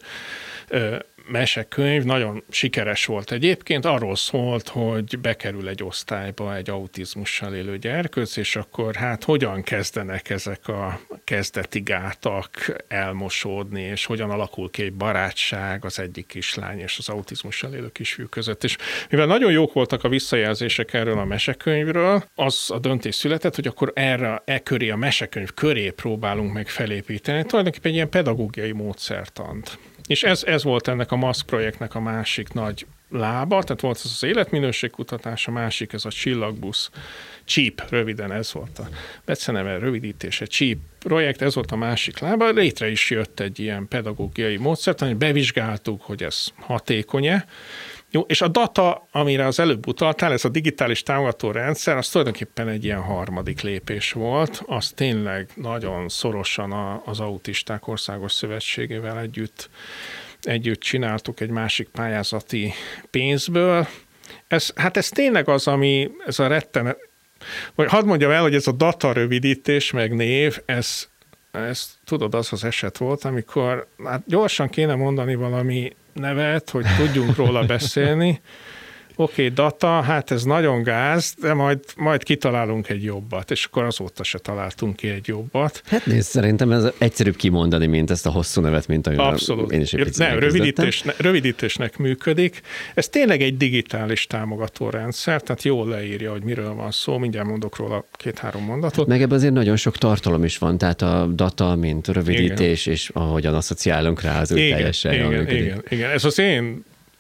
ö, mesekönyv, nagyon sikeres volt egyébként, arról szólt, hogy bekerül egy osztályba egy autizmussal élő gyerkőc, és akkor hát hogyan kezdenek ezek a kezdeti gátak elmosódni, és hogyan alakul ki egy barátság az egyik kislány és az autizmussal élő kisfiú között. És mivel nagyon jók voltak a visszajelzések erről a mesekönyvről, az a döntés született, hogy akkor erre, e köré, a mesekönyv köré próbálunk meg felépíteni, tulajdonképpen egy ilyen pedagógiai módszertant. És ez, ez volt ennek a maszk projektnek a másik nagy lába, tehát volt az az életminőségkutatás, a másik ez a Csillagbusz, CHEEP, röviden ez volt a beceneve rövidítése, CHEEP projekt, ez volt a másik lába, létre is jött egy ilyen pedagógiai módszert, amit bevizsgáltuk, hogy ez hatékony-e. Jó, és a DATA, amire az előbb utaltál, ez a digitális támogató rendszer, az tulajdonképpen egy ilyen harmadik lépés volt, az tényleg nagyon szorosan az Autisták Országos Szövetségével együtt, együtt csináltuk egy másik pályázati pénzből. Ez, hát ez tényleg az, ami ez a rettenet, vagy hadd mondjam el, hogy ez a DATA rövidítés, meg név, ez, ez tudod, az az eset volt, amikor hát gyorsan kéne mondani valami nevet, hogy tudjunk róla beszélni. Oké, okay, DATA, hát ez nagyon gáz, de majd, majd kitalálunk egy jobbat, és akkor azóta se találtunk ki egy jobbat. Hát nézd, szerintem ez egyszerűbb kimondani, mint ezt a hosszú nevet, mint amire Abszolút. Én is egy picit Nem, rövidítés, rövidítésnek működik. Ez tényleg egy digitális támogatórendszer, tehát jól leírja, hogy miről van szó, mindjárt mondok róla két-három mondatot. Meg ebben azért nagyon sok tartalom is van, tehát a DATA, mint rövidítés, igen. És ahogyan asszociálunk rá, az úgy teljesen jól működik. Igen, igen, ez az én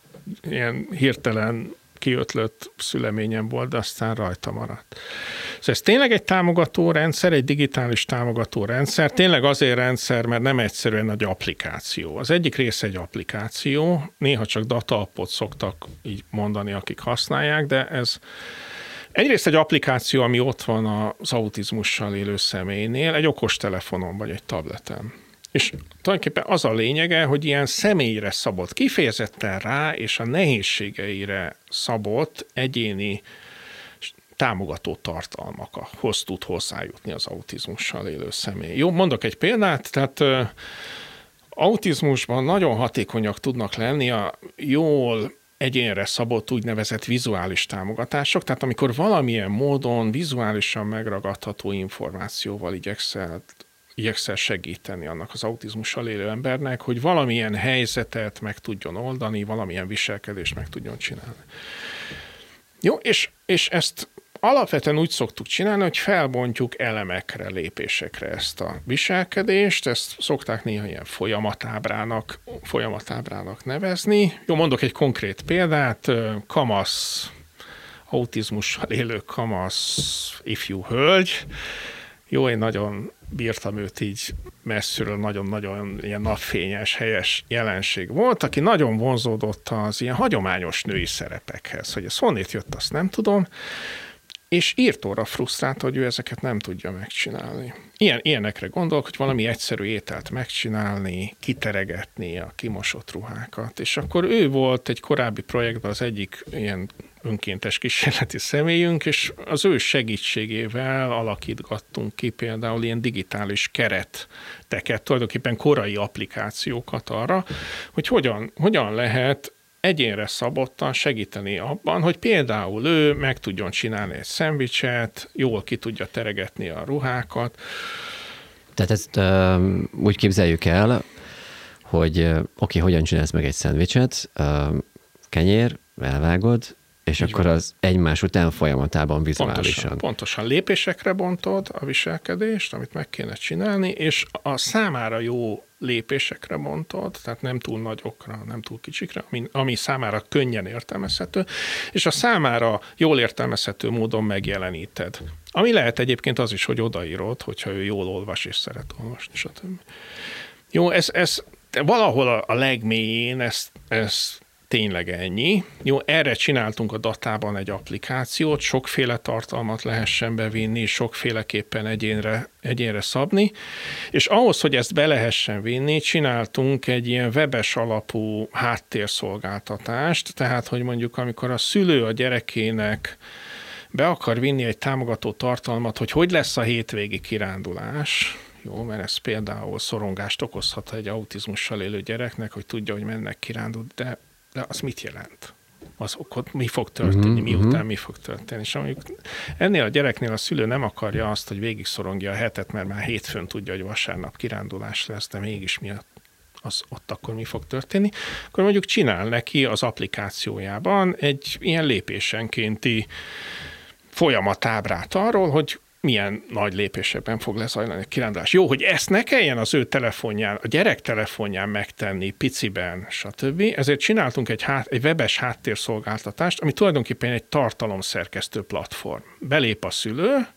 ilyen hirtelen kiötlött szüleményem volt, de aztán rajta maradt. Szóval ez tényleg egy támogató rendszer, egy digitális támogató rendszer, tényleg azért rendszer, mert nem egyszerűen egy applikáció. Az egyik része egy applikáció, néha csak data appot szoktak így mondani, akik használják, de ez egyrészt egy applikáció, ami ott van az autizmussal élő személynél, egy okostelefonon vagy egy tableten. És tulajdonképpen az a lényege, hogy ilyen személyre szabott, kifejezetten rá és a nehézségeire szabott egyéni támogató tartalmakhoz tud hozzájutni az autizmussal élő személy. Jó, mondok egy példát, tehát uh, autizmusban nagyon hatékonyak tudnak lenni a jól egyénre szabott úgynevezett vizuális támogatások, tehát amikor valamilyen módon vizuálisan megragadható információval igyekszel igyekszel segíteni annak az autizmussal élő embernek, hogy valamilyen helyzetet meg tudjon oldani, valamilyen viselkedést meg tudjon csinálni. Jó, és, és ezt alapvetően úgy szoktuk csinálni, hogy felbontjuk elemekre, lépésekre ezt a viselkedést, ezt szokták néha ilyen folyamatábrának, folyamatábrának nevezni. Jó, mondok egy konkrét példát, kamasz, autizmussal élő kamasz ifjú hölgy. Jó, én nagyon bírtam őt így messziről, nagyon-nagyon ilyen napfényes, helyes jelenség volt, aki nagyon vonzódott az ilyen hagyományos női szerepekhez. Hogy ez honnét jött, azt nem tudom, és írtóra frusztrált, hogy ő ezeket nem tudja megcsinálni. Ilyen, ilyenekre gondolok, hogy valami egyszerű ételt megcsinálni, kiteregetni a kimosott ruhákat. És akkor ő volt egy korábbi projektben az egyik ilyen önkéntes kísérleti személyünk, és az ő segítségével alakítgattunk ki például ilyen digitális kereteket, tulajdonképpen korai applikációkat arra, hogy hogyan, hogyan lehet egyénre szabottan segíteni abban, hogy például ő meg tudjon csinálni egy szendvicset, jól ki tudja teregetni a ruhákat. Tehát ezt uh, úgy képzeljük el, hogy uh, oké, okay, hogyan csinálsz meg egy szendvicset, uh, kenyér, elvágod, és így akkor van. Az egymás után folyamatában vizuálisan. Pontosan, pontosan lépésekre bontod a viselkedést, amit meg kéne csinálni, és a számára jó lépésekre bontod, tehát nem túl nagyokra, nem túl kicsikre, ami, ami számára könnyen értelmezhető, és a számára jól értelmezhető módon megjeleníted. Ami lehet egyébként az is, hogy odaírod, hogyha ő jól olvas és szeret olvasni, stb. Jó, ez, ez valahol a, a legmélyén ez, ez tényleg ennyi. Jó, erre csináltunk a datában egy applikációt, sokféle tartalmat lehessen bevinni, sokféleképpen egyénre, egyénre szabni, és ahhoz, hogy ezt be lehessen vinni, csináltunk egy ilyen webes alapú háttérszolgáltatást, tehát, hogy mondjuk amikor a szülő a gyerekének be akar vinni egy támogató tartalmat, hogy hogy lesz a hétvégi kirándulás, jó, mert ez például szorongást okozhat egy autizmussal élő gyereknek, hogy tudja, hogy mennek kirándulni, de de az mit jelent? Az ott mi fog történni, uh-huh, miután uh-huh. mi fog történni. És amíg ennél a gyereknél a szülő nem akarja azt, hogy végig szorongja a hetet, mert már hétfőn tudja, hogy vasárnap kirándulás lesz, de mégis mi az ott akkor mi fog történni, akkor mondjuk csinál neki az applikációjában egy ilyen lépésenkénti folyamatábrát arról, hogy milyen nagy lépésekben fog lezajlani a kirándulás. Jó, hogy ezt ne kelljen az ő telefonján, a gyerek telefonján megtenni, piciben, stb. Ezért csináltunk egy, hát, egy webes háttérszolgáltatást, ami tulajdonképpen egy tartalomszerkesztő platform. Belép a szülő,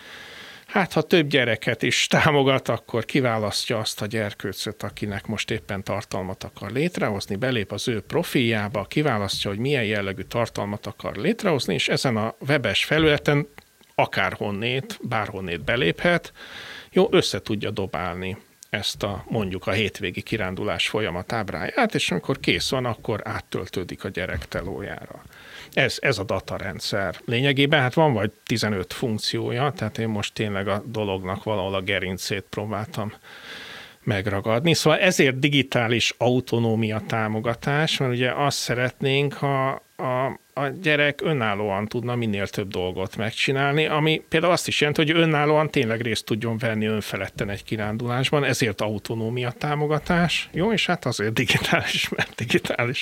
hát ha több gyereket is támogat, akkor kiválasztja azt a gyerkőcöt, akinek most éppen tartalmat akar létrehozni, belép az ő profiljába, kiválasztja, hogy milyen jellegű tartalmat akar létrehozni, és ezen a webes felületen akárhonnét, bárhonnét beléphet, jó, össze tudja dobálni ezt a mondjuk a hétvégi kirándulás folyamatábráját, és amikor kész van, akkor áttöltődik a gyerek telójára. Ez, ez a datarendszer. Lényegében hát van vagy tizenöt funkciója, tehát én most tényleg a dolognak valahol a gerincét próbáltam megragadni. Szóval ezért digitális autonómia támogatás, mert ugye azt szeretnénk, ha a a gyerek önállóan tudna minél több dolgot megcsinálni, ami például azt is jelenti, hogy önállóan tényleg részt tudjon venni önfeledten egy kirándulásban, ezért autonómia támogatás. Jó, és hát azért digitális, mert digitális.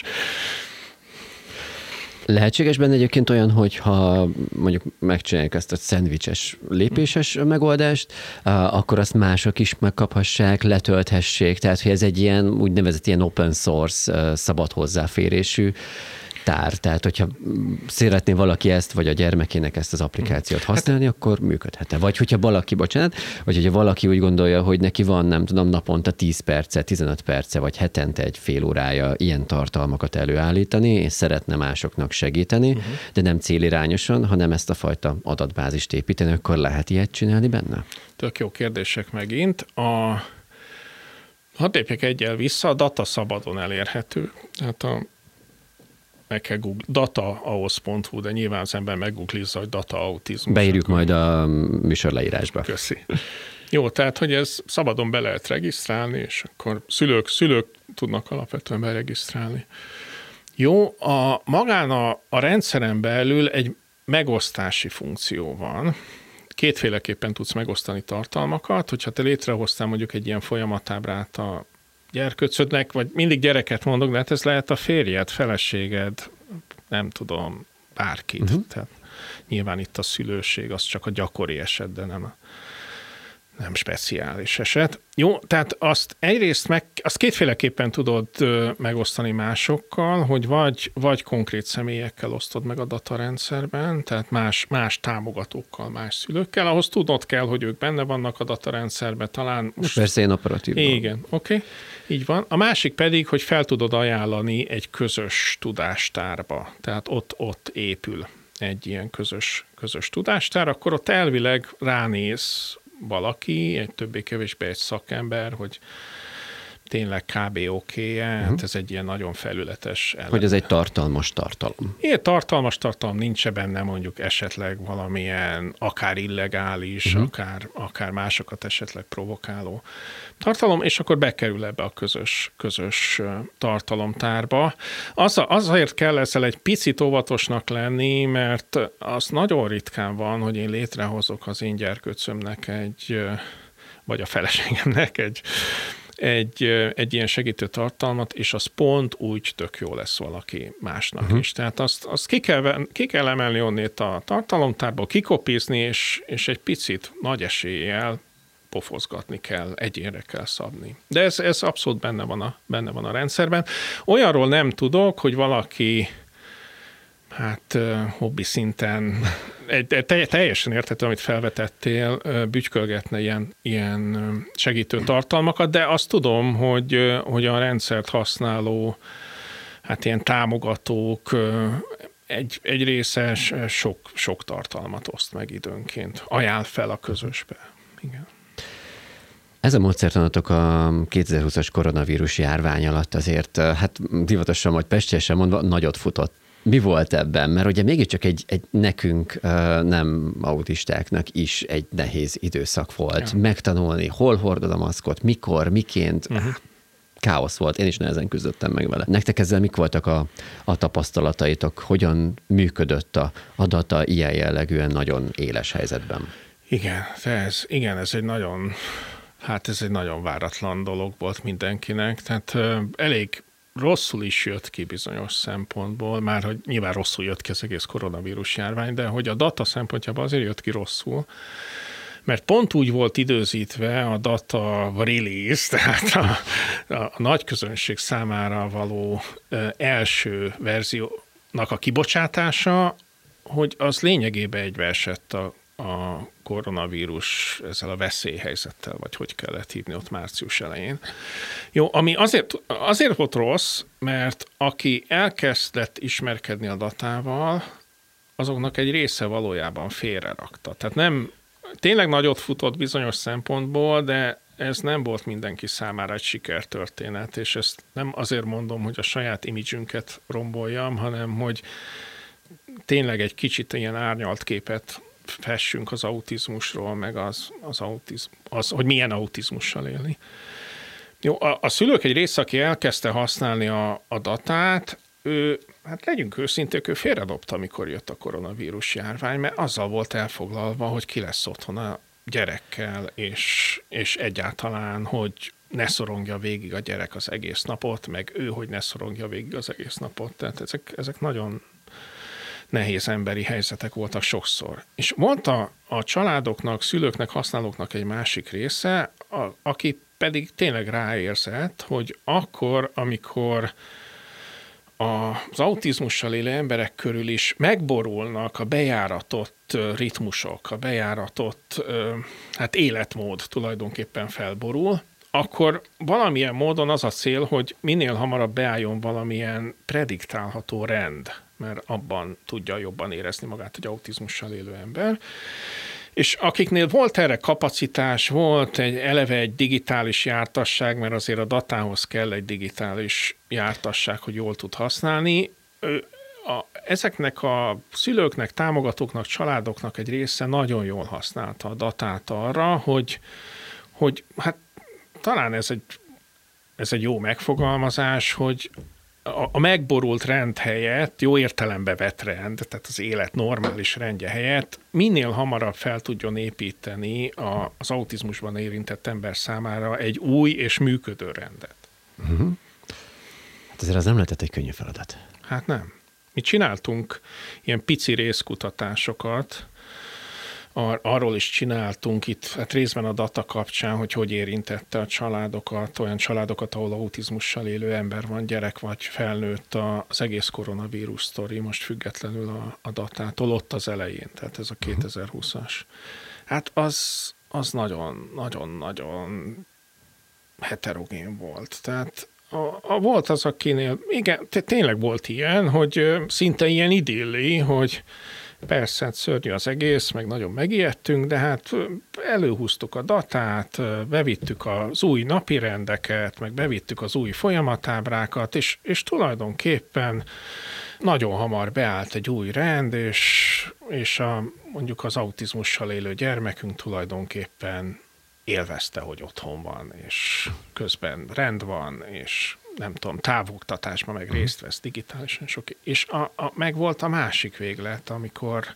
Lehetséges benne egyébként olyan, hogy ha mondjuk megcsináljuk ezt a szendvicses lépéses megoldást, akkor azt mások is megkaphassák, letölthessék, tehát hogy ez egy ilyen úgynevezett ilyen open source, szabad hozzáférésű tár. Tehát, hogyha szeretné valaki ezt, vagy a gyermekének ezt az applikációt használni, hát, akkor működhet. Vagy hogyha valaki, bocsánat, vagy hogyha valaki úgy gondolja, hogy neki van, nem tudom, naponta tíz perce, tizenöt perce, vagy hetente egy fél órája ilyen tartalmakat előállítani, és szeretne másoknak segíteni, uh-huh. de nem célirányosan, hanem ezt a fajta adatbázist építeni, akkor lehet ilyet csinálni benne? Tök jó kérdések megint. A... Hadd lépjek egyel vissza, a data szabadon elérhető. Tehát a meg kell google, dataahhoz pont hu, de nyilván az ember meggooglizza, hogy data autizmus. Beírjuk majd a műsor leírásba. Köszi. Jó, tehát, hogy ez szabadon be lehet regisztrálni, és akkor szülők, szülők tudnak alapvetően beregisztrálni. Jó, a, magán a, a rendszeren belül egy megosztási funkció van. Kétféleképpen tudsz megosztani tartalmakat, hogyha te létrehoztál mondjuk egy ilyen folyamatábrát a gyerkőcödnek, vagy mindig gyereket mondok, de hát ez lehet a férjed, feleséged, nem tudom, bárkit. Uh-huh. Tehát Nyilván itt a szülőség az csak a gyakori eset, de nem a nem speciális eset. Jó, tehát azt egyrészt meg, azt kétféleképpen tudod megosztani másokkal, hogy vagy, vagy konkrét személyekkel osztod meg a datarendszerben, tehát más, más támogatókkal, más szülőkkel, ahhoz tudnod kell, hogy ők benne vannak a datarendszerben, talán... Most... Persze én operatívban. Igen, oké, okay. Így van. A másik pedig, hogy fel tudod ajánlani egy közös tudástárba, tehát ott, ott épül egy ilyen közös, közös tudástár, akkor ott elvileg ránéz valaki, egy többé-kevésbé egy szakember, hogy tényleg kb. Oké-e, uh-huh. hát ez egy ilyen nagyon felületes elem. Hogy ez egy tartalmas tartalom. Ilyen tartalmas tartalom, nincs benne mondjuk esetleg valamilyen akár illegális, uh-huh. akár, akár másokat esetleg provokáló tartalom, és akkor bekerül ebbe a közös, közös tartalomtárba. Az, azért kell ezzel egy picit óvatosnak lenni, mert az nagyon ritkán van, hogy én létrehozok az én gyerkőcömnek egy, vagy a feleségemnek egy Egy, egy ilyen segítő tartalmat, és az pont úgy tök jó lesz valaki másnak uh-huh. is. Tehát azt, azt ki, kell, ki kell emelni onnét a tartalomtárból, kikopizni, és, és egy picit nagy eséllyel pofozgatni kell, egyénre kell szabni. De ez, ez abszolút benne van, a, benne van a rendszerben. Olyanról nem tudok, hogy valaki hát hobbi szinten, egy, teljesen érthető, amit felvetettél, bütykölgetne ilyen, ilyen segítő tartalmakat, de azt tudom, hogy, hogy a rendszert használó, hát ilyen támogatók egy, egy része sok, sok tartalmat oszt meg időnként. Ajánl fel a közösbe. Igen. Ez a módszertanatok a kétezer-húszas koronavírus járvány alatt azért, hát divatosan vagy pestiesen mondva, nagyot futott. Mi volt ebben? Mert ugye mégiscsak egy, egy nekünk, nem autistáknak is egy nehéz időszak volt. Ja. Megtanulni, hol hordod a maszkot, mikor, miként. Uh-huh. Káosz volt, én is nehezen küzdöttem meg vele. Nektek ezzel mik voltak a, a tapasztalataitok? Hogyan működött a, a data ilyen jellegűen nagyon éles helyzetben? Igen, ez, igen, ez egy nagyon, hát ez egy nagyon váratlan dolog volt mindenkinek. Tehát uh, elég rosszul is jött ki bizonyos szempontból, már hogy nyilván rosszul jött ki az egész koronavírus járvány, de hogy a data szempontjában azért jött ki rosszul, mert pont úgy volt időzítve a data release, tehát a, a nagy közönség számára való első verziónak a kibocsátása, hogy az lényegében egybeesett a, a koronavírus ezzel a veszélyhelyzettel, vagy hogy kellett hívni ott március elején. Jó, ami azért, azért volt rossz, mert aki elkezdett ismerkedni a datával, azoknak egy része valójában félrerakta. Tehát nem, tényleg nagyot futott bizonyos szempontból, de ez nem volt mindenki számára egy sikertörténet, és ezt nem azért mondom, hogy a saját imidzsünket romboljam, hanem hogy tényleg egy kicsit ilyen árnyalt képet fessünk az autizmusról, meg az, az, autizm, az hogy milyen autizmussal élni. Jó, a, a szülők egy része, aki elkezdte használni a, a datát, ő, hát legyünk őszinték, ő félredobta, amikor jött a koronavírus járvány, mert azzal volt elfoglalva, hogy ki lesz otthon a gyerekkel, és, és egyáltalán, hogy ne szorongja végig a gyerek az egész napot, meg ő, hogy ne szorongja végig az egész napot. Tehát ezek, ezek nagyon nehéz emberi helyzetek voltak sokszor. És mondta a családoknak, szülőknek, használóknak egy másik része, a, aki pedig tényleg ráérzett, hogy akkor, amikor az autizmussal élő emberek körül is megborulnak a bejáratott ritmusok, a bejáratott hát életmód tulajdonképpen felborul, akkor valamilyen módon az a cél, hogy minél hamarabb beálljon valamilyen prediktálható rend, mert abban tudja jobban érezni magát egy autizmussal élő ember. És akiknél volt erre kapacitás, volt egy eleve egy digitális jártasság, mert azért a datához kell egy digitális jártasság, hogy jól tud használni, a, ezeknek a szülőknek, támogatóknak, családoknak egy része nagyon jól használta a datát arra, hogy, hogy hát talán ez egy, ez egy jó megfogalmazás, hogy a, a megborult rend helyett, jó értelembe vett rend, tehát az élet normális rendje helyett minél hamarabb fel tudjon építeni a, az autizmusban érintett ember számára egy új és működő rendet. Uh-huh. Hát azért az nem lehetett egy könnyű feladat. Hát nem. Mi csináltunk ilyen pici részkutatásokat, Ar- arról is csináltunk itt, hát részben a data kapcsán, hogy hogy érintette a családokat, olyan családokat, ahol autizmussal élő ember van, gyerek vagy felnőtt, az egész koronavírus sztori, most függetlenül a, a datától, ott az elején, tehát ez a kétezer-húszas. Hát az, az nagyon, nagyon, nagyon heterogén volt. Tehát a, a, volt az, akinél, igen, tényleg volt ilyen, hogy szinte ilyen idilli, hogy persze, szörnyű az egész, meg nagyon megijedtünk, de hát előhúztuk a datát, bevittük az új napirendeket, meg bevittük az új folyamatábrákat, és, és tulajdonképpen nagyon hamar beállt egy új rend, és, és a, mondjuk az autizmussal élő gyermekünk tulajdonképpen élvezte, hogy otthon van, és közben rend van, és nem tudom, távoktatásban meg részt vesz digitálisan sok. És a, a, meg volt a másik véglet, amikor,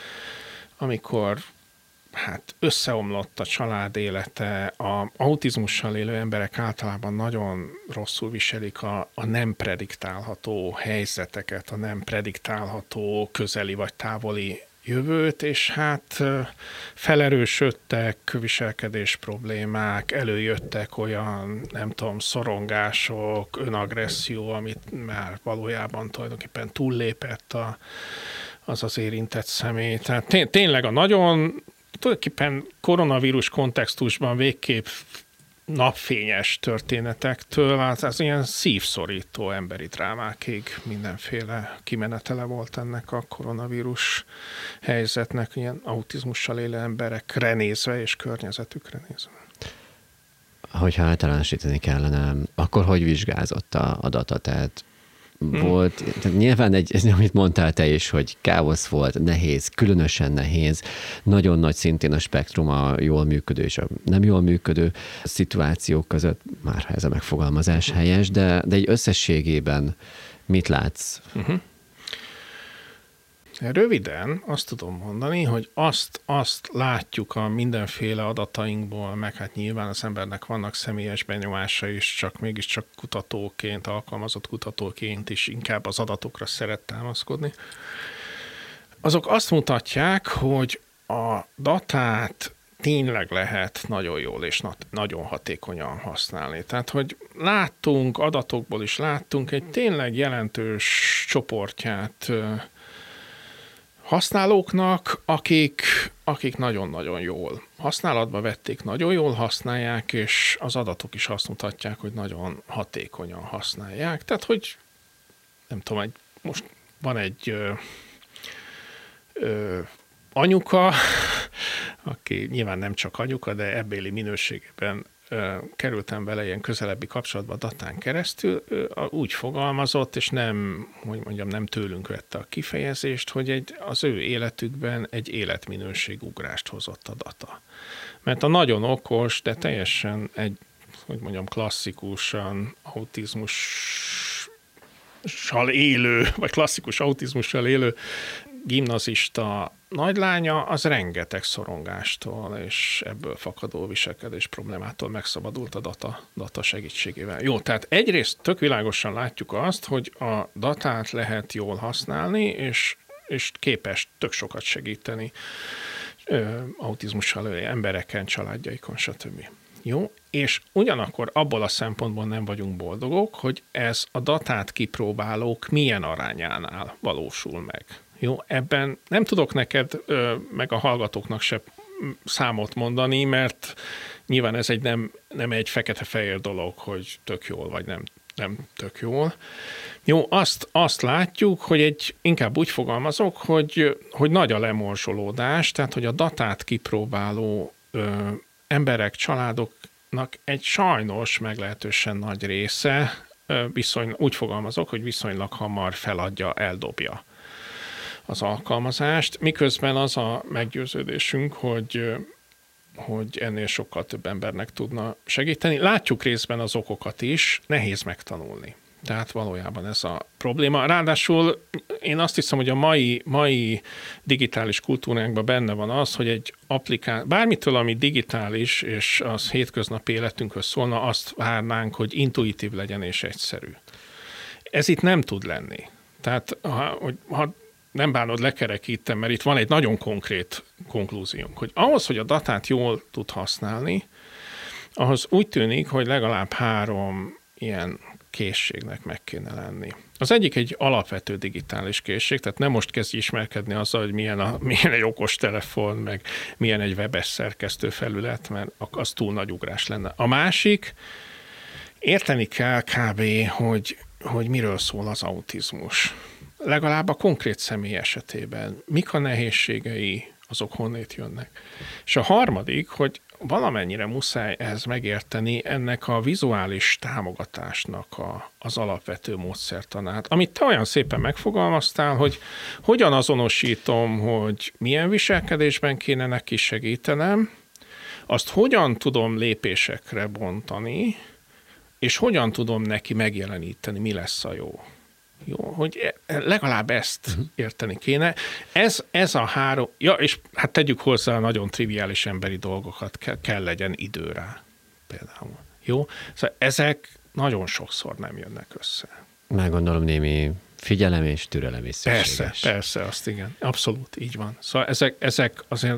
amikor hát összeomlott a család élete, a autizmussal élő emberek általában nagyon rosszul viselik a, a nem prediktálható helyzeteket, a nem prediktálható közeli vagy távoli jövőt, és hát felerősödtek viselkedés problémák, előjöttek olyan, nem tudom, szorongások, önagresszió, amit már valójában tulajdonképpen túllépett a, az az érintett személy. Tehát té- tényleg a nagyon, tulajdonképpen koronavírus kontextusban végképp napfényes történetektől, az, az ilyen szívszorító emberi drámákig mindenféle kimenetele volt ennek a koronavírus helyzetnek, ilyen autizmussal élő emberekre nézve és környezetükre nézve. Hogyha általánosítani kellene, akkor hogy vizsgázott a, a data? Tehát volt, hmm. tehát nyilván egy, ez, amit mondtál te is, hogy káosz volt, nehéz, különösen nehéz, nagyon nagy szintén a spektrum a jól működő és a nem jól működő szituációk között, már ha ez a megfogalmazás helyes, de, de egy összességében mit látsz? Uh-huh. Röviden azt tudom mondani, hogy azt, azt látjuk a mindenféle adatainkból, meg hát nyilván az embernek vannak személyes benyomása is, csak mégiscsak kutatóként, alkalmazott kutatóként is inkább az adatokra szeret támaszkodni. Azok azt mutatják, hogy a datát tényleg lehet nagyon jól és nagyon hatékonyan használni. Tehát, hogy láttunk, adatokból is láttunk egy tényleg jelentős csoportját használóknak, akik, akik nagyon-nagyon jól használatba vették, nagyon jól használják, és az adatok is azt mutatják, hogy nagyon hatékonyan használják. Tehát, hogy nem tudom, egy, most van egy ö, ö, anyuka, aki nyilván nem csak anyuka, de ebbéli minőségében kerültem vele ilyen közelebbi kapcsolatba a datán keresztül, úgy fogalmazott, és nem, hogy mondjam, nem tőlünk vette a kifejezést, hogy egy, az ő életükben egy életminőségugrást hozott a data. Mert a nagyon okos, de teljesen egy, hogy mondjam, klasszikusan autizmussal élő, vagy klasszikus autizmussal élő gimnazista nagylánya, az rengeteg szorongástól és ebből fakadó viselkedés problémától megszabadult a data, data segítségével. Jó, tehát egyrészt tök világosan látjuk azt, hogy a datát lehet jól használni, és, és képes tök sokat segíteni ö, autizmussal élő embereken, családjaikon, stb. Jó, és ugyanakkor abból a szempontból nem vagyunk boldogok, hogy ez a datát kipróbálók milyen arányánál valósul meg. Jó, ebben nem tudok neked, meg a hallgatóknak se számot mondani, mert nyilván ez egy nem, nem egy fekete-fehér dolog, hogy tök jól, vagy nem, nem tök jól. Jó, azt, azt látjuk, hogy egy, inkább úgy fogalmazok, hogy, hogy nagy a lemorzsolódás, tehát hogy a datát kipróbáló ö, emberek, családoknak egy sajnos meglehetősen nagy része, ö, viszony, úgy fogalmazok, hogy viszonylag hamar feladja, eldobja az alkalmazást, miközben az a meggyőződésünk, hogy, hogy ennél sokkal több embernek tudna segíteni. Látjuk részben az okokat is, nehéz megtanulni. Tehát valójában ez a probléma. Ráadásul én azt hiszem, hogy a mai, mai digitális kultúránkban benne van az, hogy egy applikáció, bármitől, ami digitális, és az hétköznapi életünkhöz szólna, azt várnánk, hogy intuitív legyen és egyszerű. Ez itt nem tud lenni. Tehát ha, hogy, ha nem bánod, lekerekítem, mert itt van egy nagyon konkrét konklúziónk, hogy ahhoz, hogy a datát jól tud használni, ahhoz úgy tűnik, hogy legalább három ilyen készségnek meg kéne lenni. Az egyik egy alapvető digitális készség, tehát nem most kezdj ismerkedni azzal, hogy milyen, a, milyen egy okostelefon, meg milyen egy webes szerkesztő felület, mert az túl nagy ugrás lenne. A másik, érteni kell kb., hogy, hogy miről szól az autizmus. Legalább a konkrét személy esetében. Mik a nehézségei, azok honnét jönnek. És a harmadik, hogy valamennyire muszáj ehhez megérteni ennek a vizuális támogatásnak a, az alapvető módszertanát, amit te olyan szépen megfogalmaztál, hogy hogyan azonosítom, hogy milyen viselkedésben kéne neki segítenem, azt hogyan tudom lépésekre bontani, és hogyan tudom neki megjeleníteni, mi lesz a jó. Jó, hogy legalább ezt érteni kéne. Ez, ez a három, ja, és hát tegyük hozzá, nagyon triviális emberi dolgokat kell, kell legyen idő rá. Például. Jó? Szóval ezek nagyon sokszor nem jönnek össze. Már gondolom némi figyelem és türelem is szükséges. Persze, persze, azt igen. Abszolút, így van. Szóval ezek, ezek azért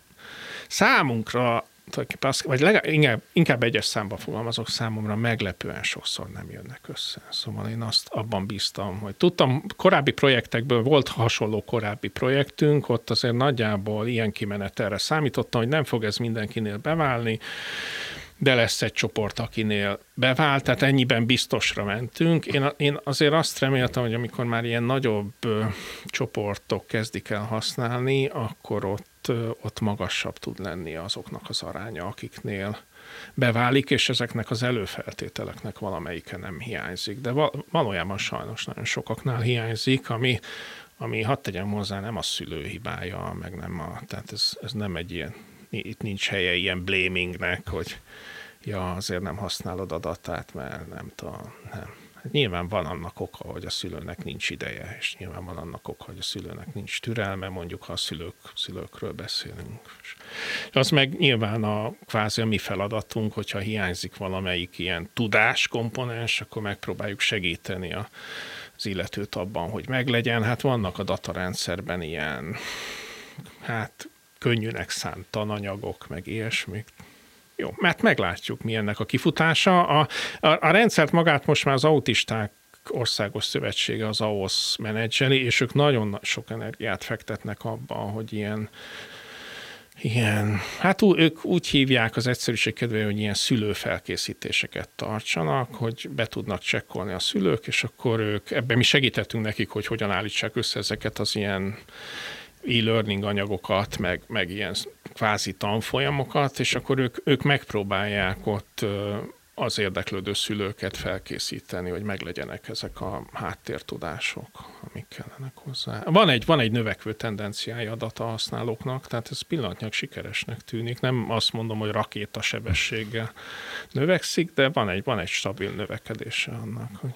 számunkra, vagy legalább, inkább, inkább egyes számba fogalmazok, számomra meglepően sokszor nem jönnek össze. Szóval én azt abban bíztam, hogy tudtam, korábbi projektekből volt hasonló korábbi projektünk, ott azért nagyjából ilyen kimenetelre számítottam, hogy nem fog ez mindenkinél beválni, de lesz egy csoport, akinél bevált, tehát ennyiben biztosra mentünk. Én, én azért azt reméltem, hogy amikor már ilyen nagyobb ö, csoportok kezdik el használni, akkor ott, ö, ott magasabb tud lenni azoknak az aránya, akiknél beválik, és ezeknek az előfeltételeknek valamelyike nem hiányzik. De val- valójában sajnos nagyon sokaknál hiányzik, ami, ami hadd tegyem hozzá, nem a szülő hibája, meg nem a, tehát ez, ez nem egy ilyen, itt nincs helye ilyen blamingnek, hogy ja, azért nem használod a datát, mert nem tudom, nem. Hát nyilván van annak oka, hogy a szülőnek nincs ideje, és nyilván van annak oka, hogy a szülőnek nincs türelme, mondjuk, ha a szülők, szülőkről beszélünk. És az meg nyilván a kvázi a mi feladatunk, hogyha hiányzik valamelyik ilyen tudáskomponens, akkor megpróbáljuk segíteni a, az illetőt abban, hogy meglegyen. Hát vannak a datarendszerben ilyen, hát könnyűnek szánt tananyagok, meg ilyesmik. Jó, mert meglátjuk, mi ennek a kifutása. A, a, a rendszert magát most már az Autisták Országos Szövetsége, az á o esz menedzseli, és ők nagyon sok energiát fektetnek abban, hogy ilyen, ilyen hát ők úgy hívják az egyszerűség kedvéért, hogy ilyen szülőfelkészítéseket tartsanak, hogy be tudnak csekkolni a szülők, és akkor ők, ebben mi segítettünk nekik, hogy hogyan állítsák össze ezeket az ilyen e-learning anyagokat, meg, meg ilyen kvázi tanfolyamokat, és akkor ők, ők megpróbálják ott az érdeklődő szülőket felkészíteni, hogy meglegyenek ezek a háttértudások, amik kellenek hozzá. Van egy, van egy növekvő tendenciája a datahasználóknak, tehát ez pillanatnyilag sikeresnek tűnik. Nem azt mondom, hogy rakétasebességgel növekszik, de van egy, van egy stabil növekedése annak, hogy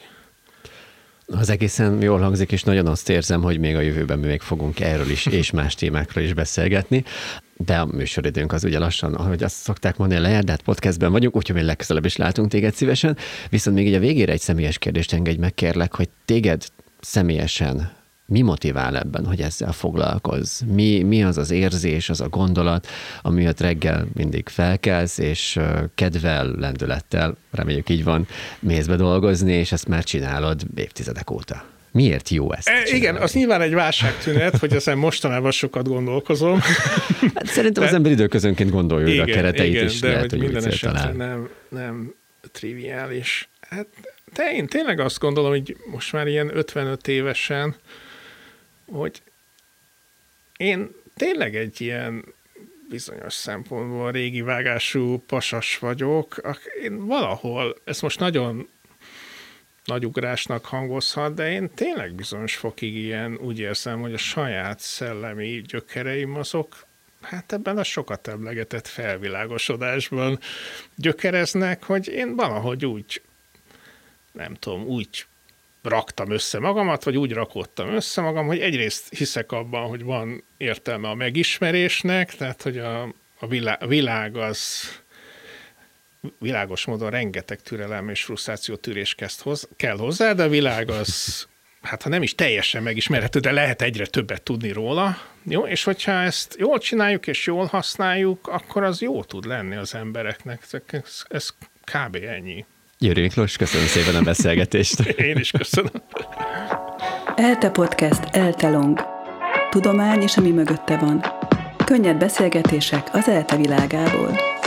az egészen jól hangzik, és nagyon azt érzem, hogy még a jövőben mi még fogunk erről is, és más témákról is beszélgetni. De a műsoridőnk az ugye lassan, ahogy azt szokták mondani, lejár, de hát podcastben vagyunk, úgyhogy még legközelebb is látunk téged szívesen. Viszont még így a végére egy személyes kérdést engedj meg, kérlek, hogy téged személyesen mi motivál ebben, hogy ezzel foglalkozz? Mi, mi az az érzés, az a gondolat, amiatt reggel mindig felkelsz, és kedvel, lendülettel, reméljük így van, mész be dolgozni, és ezt már csinálod évtizedek óta. Miért jó ezt csinálni? Igen, az nyilván egy válságtünet, hogy ezen mostanában sokat gondolkozom. Hát szerintem de, az ember időközönként gondolja igen, a kereteit igen, is. De lehet, hogy hogy minden esetre nem, nem triviális. Hát de én tényleg azt gondolom, hogy most már ilyen ötvenöt évesen, hogy én tényleg egy ilyen bizonyos szempontból régi vágású pasas vagyok. Én valahol, ez most nagyon nagy ugrásnak hangozhat, de én tényleg bizonyos fokig ilyen úgy érzem, hogy a saját szellemi gyökereim azok, hát ebben a sokat emlegetett felvilágosodásban gyökereznek, hogy én valahogy úgy, nem tudom, úgy raktam össze magamat, vagy úgy rakottam össze magam, hogy egyrészt hiszek abban, hogy van értelme a megismerésnek, tehát hogy a, a világ, világ az világos módon rengeteg türelem és frusztráció tűrés kezd hoz, kell hozzá, de a világ az hát ha nem is teljesen megismerhető, de lehet egyre többet tudni róla. Jó, és hogyha ezt jól csináljuk és jól használjuk, akkor az jó tud lenni az embereknek. Ez, ez kb. Ennyi. Győri Miklós, köszönöm szépen a beszélgetést. Én is köszönöm. ELTE Podcast ELTE Long. Tudomány és ami mögötte van. Könnyed beszélgetések az ELTE világából.